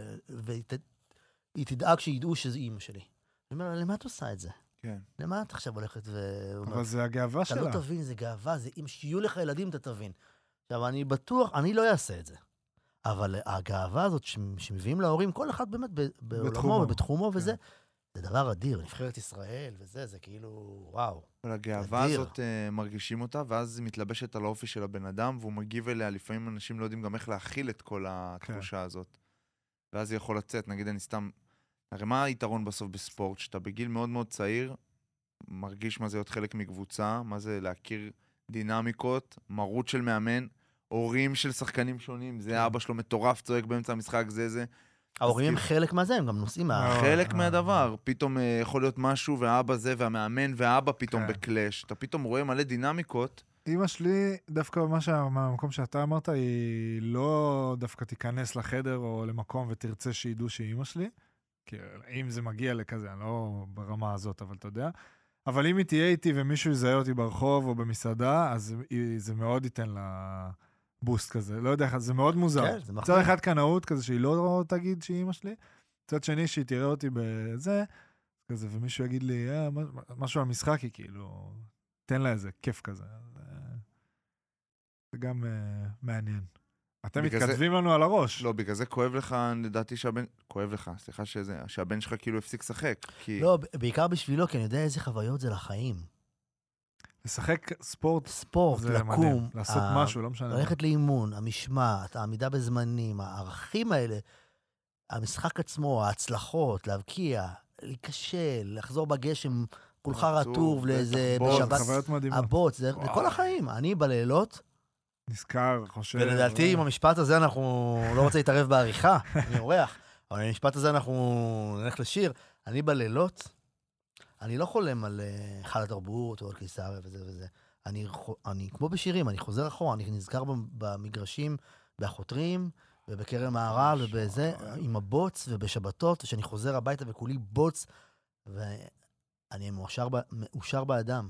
והיא תדאג שידעו שזה אמא שלי. אני אומר, למה את עושה את זה? כן. למה את עכשיו הולכת אבל זה הגאווה שלה. אתה לא תבין, זה גאווה, זה אם שיהיו לך ילדים, אתה תבין. עכשיו, אני בטוח, אני לא אעשה את זה. אבל הגאווה הזאת שמביאים להורים, כל אחד באמת בעולמו ובתחומו וזה, זה דבר אדיר, נבחרת ישראל וזה, זה כאילו, וואו. אבל הגאווה הזאת מרגישים אותה, ואז היא מתלבשת על האופי של הבן אדם, והוא מגיב אליה, לפעמים אנשים לא יודעים גם איך להכיל את כל התחושה הזאת. ואז היא יכול לצאת, נגיד אני סתם, הרי מה היתרון בסוף בספורט? שאתה בגיל מאוד מאוד צעיר, מרגיש מה זה להיות חלק מקבוצה, מה זה להכיר דינמיקות, מרות של מאמן, הורים של שחקנים שונים, זה אבא שלו מטורף, צועק באמצע המשחק, זה. ההורים הם חלק מהזה, הם גם נוסעים חלק מהדבר, פתאום יכול להיות משהו, והאבא זה, והמאמן, והאבא פתאום בקלש. אתה פתאום רואה מלא דינמיקות. אמא שלי, דווקא מהמקום שאתה אמרת, היא לא דווקא תיכנס לחדר או למקום ותרצה שידעו שהיא אמא שלי. כי אם זה מגיע לכזה, אני לא ברמה הזאת, אבל אתה יודע. אבל אם היא תהיה איתי ומישהו יזהה אותי ברחוב או במסעדה, אז זה מאוד ייתן לה בוסט כזה. לא יודע, זה מאוד מוזר. כן, זה מצד אחד קנאות כזה שהיא לא תגיד שהיא אמא שלי. מצד שני שהיא תראה אותי בזה, כזה, ומישהו יגיד לי, משהו על משחק, היא כאילו, תן לה איזה כיף כזה. זה גם מעניין. אתם מתכתבים לנו על הראש. לא, בגלל זה כואב לך, לדעתי שהבן, כואב לך, סליחה שהבן שלך כאילו הפסיק לשחק. לא, בעיקר בשבילו, כי אני יודע איזה חוויות זה לחיים. לשחק ספורט, זה לקום, מדהים. לעשות משהו, לא משנה. ללכת לאימון, המשמעת, העמידה בזמנים, הערכים האלה, המשחק עצמו, ההצלחות, להבקיע, להיכשל, לחזור בגשם, כולך רטוב לאיזה בשבת. חוויות מדהימות. הבוץ, זה כל החיים. אני בלילות, נזכר, חושב. ולדעתי, עם המשפט הזה אנחנו לא רוצה להתערב בעריכה, אני אורח, אבל עם המשפט הזה אנחנו נלך לשיר. אני בלילות, אני לא חולם על חל התרבות או על קיסריה וזה וזה. אני כמו בשירים, אני חוזר אחורה, אני נזכר במגרשים, בחותרים, ובקרם הערל ובזה, עם הבוץ ובשבתות, שאני חוזר הביתה וכולי בוץ, ואני מאושר באדם.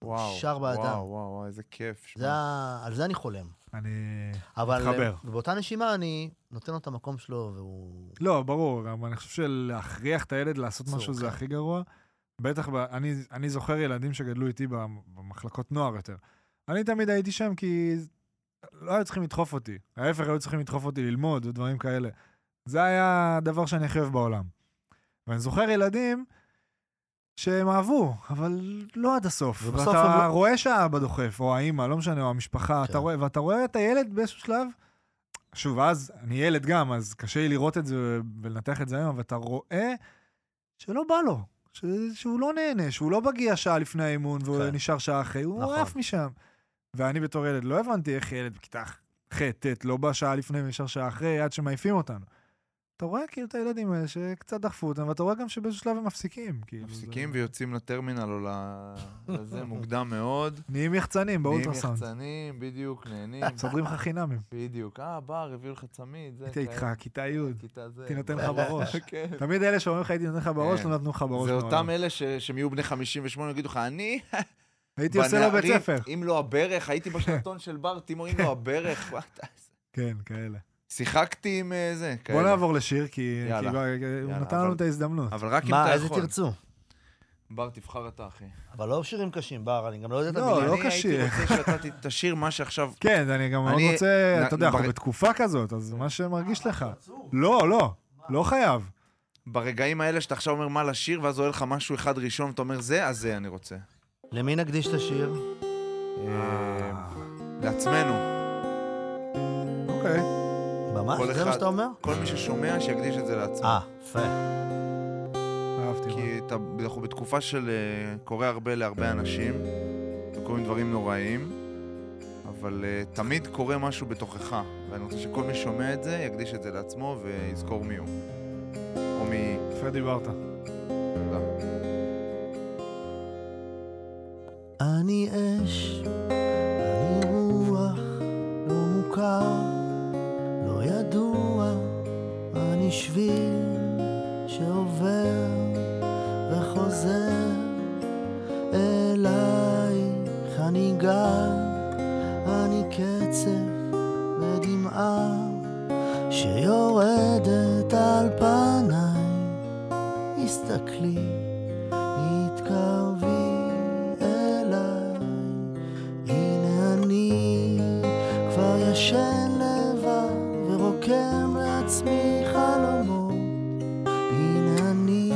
וואו, איזה כיף. על זה אני חולם. אני אבל מתחבר. באותה נשימה אני נותן לו את המקום שלו, והוא... לא, ברור, אבל אני חושב שלהכריח את הילד לעשות משהו זה הכי גרוע. בטח, אני זוכר ילדים שגדלו איתי במחלקות נוער יותר. אני תמיד הייתי שם כי לא היו צריכים לדחוף אותי. ההפך, היו צריכים לדחוף אותי ללמוד ודברים כאלה. זה היה הדבר שאני הכי אוהב בעולם. ואני זוכר ילדים שהם אהבו, אבל לא עד הסוף. ואתה רואה שהאבא דוחף, או האמא, לא משנה, או המשפחה, ואתה רואה את הילד באיזשהו שלב, שוב, אז אני ילד גם, אז קשה לי לראות את זה ולנתח את זה היום, ואתה רואה שלא בא לו, שהוא לא נהנה, שהוא לא בגיע שעה לפני האימון, והוא נשאר שעה אחרי, הוא עף משם. ואני בתור ילד לא הבנתי איך ילד בכיתה ח' ט' לא בא שעה לפני ונשאר שעה אחרי, עד שמעיפים אותנו. אתה רואה כאילו את הילדים האלה שקצת דחפו אותם, ואתה רואה גם שבאיזשהו שלב הם מפסיקים. מפסיקים ויוצאים לטרמינל או לזה מוקדם מאוד. נהיים יחצנים באולטרסאונד. נהיים יחצנים, בדיוק, נהנים. סודרים לך חינמים. בדיוק, בר, הביאו לך צמיד. הייתי איתך, כיתה י', תינתן לך בראש. תמיד אלה שאומרים לך הייתי נותן לך בראש, לא נתנו לך בראש. זה אותם אלה שהם יהיו בני 58, יגידו לך, אני הייתי עושה לו בית ספר. אם לא הברך, הייתי בשנתון של בר, תימור, אם לא הברך, כן, כאלה. שיחקתי עם זה, כאלה. בוא נעבור לשיר, כי הוא נתן לנו את ההזדמנות. אבל רק אם מה, אתה איזה יכול. תרצו? בר, תבחר אתה, אחי. אבל לא שירים קשים, בר, אני גם לא יודע את לא, המילים. לא אני קשיר. הייתי רוצה שאתה תשיר מה שעכשיו... כן, אני גם מאוד רוצה, אתה יודע, אנחנו בתקופה כזאת, אז מה שמרגיש לך. לא חייב. ברגעים האלה שאתה עכשיו אומר מה לשיר, ואז עולה לך משהו אחד ראשון, ואתה אומר זה, אז זה אני רוצה. למי נקדיש את השיר? לעצמנו. אוקיי. ממש? זה מה שאתה אומר? כל מי ששומע, שיקדיש את זה לעצמו. יפה. אהבתי. כי אנחנו בתקופה של קורה הרבה להרבה אנשים, וקוראים דברים נוראים, אבל תמיד קורה משהו בתוכך, ואני רוצה שכל מי שומע את זה, יקדיש את זה לעצמו, ויזכור מי הוא. או מי... יפה דיברת. תודה. אני אש, אני רוח, לא מוכר, לא ידוע, אני שביל שעובר וחוזר אלייך, אני גל, אני קצב ודמעה שיורדת על פניי, הסתכלי, התקרבי אליי, הנה אני כבר ישן לבד ורוקם לעצמי חלומות, הנה אני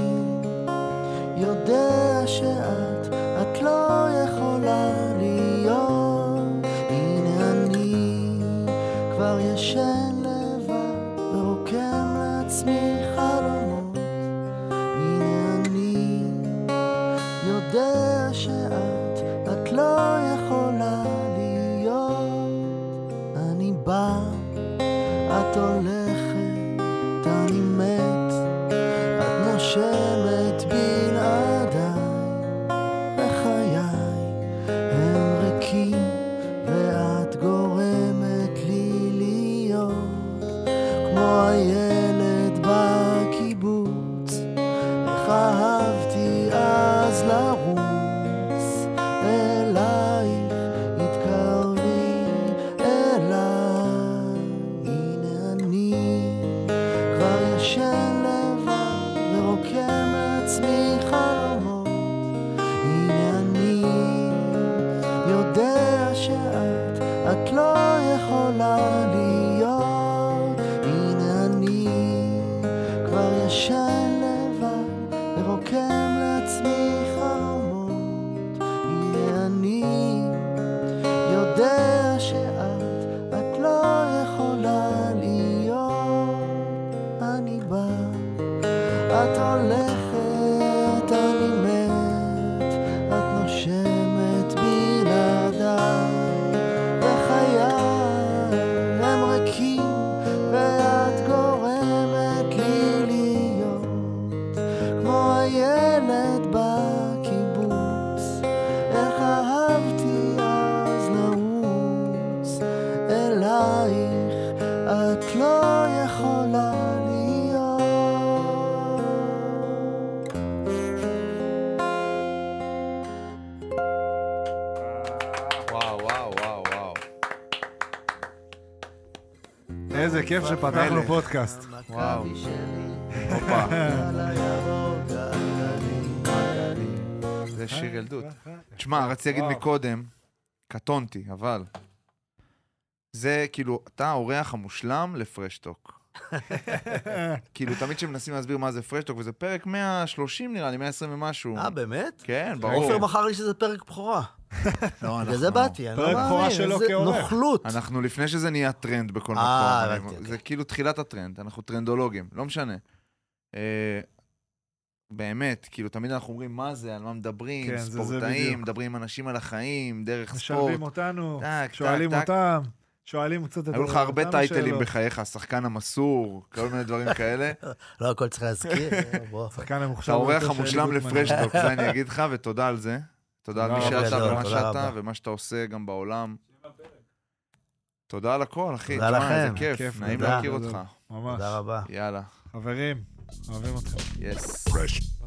יודע את לא יכולה להיות, הנה אני כבר ישן לבד ורוקם לעצמי חלומות, הנה אני יודע את לא יכולה להיות, אני בא, את הולכת, אני מת, את נושמת בלעדיי, וחיי הם ריקים, ואת גורמת לי להיות כמו הילד בקיבוץ, איך אהבתי אז לרוץ אלייך, התקרבי אליי, הנה אני כבר ישן לבד ורוקם לעצמי חלומות, הנה אני יודע את לא יכולה להיות, הנה אני כבר ישן לבד ורוקם לעצמי חלומות, הנה אני יודע את לא יכולה להיות, אני בא, את הולכת, אני מת, את נושמת בלעדיי, וחיי הם ריקים, ואת גורמת לי להיות כמו הילד בקיבוץ, איך אהבתי אז לרוץ אלייך, את לא יכולה להיות. וואו, וואו, וואו, וואו. איזה כיף שפתחנו פודקאסט. וואו. הופה. זה שיר ילדות. תשמע, רציתי להגיד מקודם, קטונתי, אבל... זה כאילו, אתה האורח המושלם לפרשטוק. כאילו, תמיד שמנסים להסביר מה זה פרשטוק, וזה פרק 130 נראה לי, 120 ומשהו. באמת? כן, ברור. עופר מכר לי שזה פרק בכורה. בגלל זה באתי, אני לא פרק בכורה מאמין, שלו איזה כעורך. נוכלות. אנחנו לפני שזה נהיה טרנד בכל מקום. הבנתי, זה כאילו תחילת הטרנד, אנחנו טרנדולוגים, לא משנה. באמת, כאילו, תמיד אנחנו אומרים מה זה, על מה מדברים, כן, זה ספורטאים, בדיוק. מדברים עם אנשים על החיים, דרך ספורט. משלבים אותנו, טק, שואלים טק, טק. אותם, שואלים קצת את היו לך הרבה אותנו טייטלים שאלות. בחייך, השחקן המסור, כל מיני דברים כאלה. לא הכל צריך להזכיר. בוא. שחקן המוכשר. אתה האורח ביותר של המושלם ליגות לפרשטוק, זה אני אגיד לך, ותודה על זה. תודה על מי תודה שאתה רבה. ומה תודה שאתה, רבה. ומה שאתה עושה גם בעולם. תודה על הכל, אחי. תודה תשמע, איזה לכם. כיף, כיף, נעים תודה. להכיר אותך. ממש. תודה רבה. יאללה. חברים, אוהבים אתכם. יס. Fresh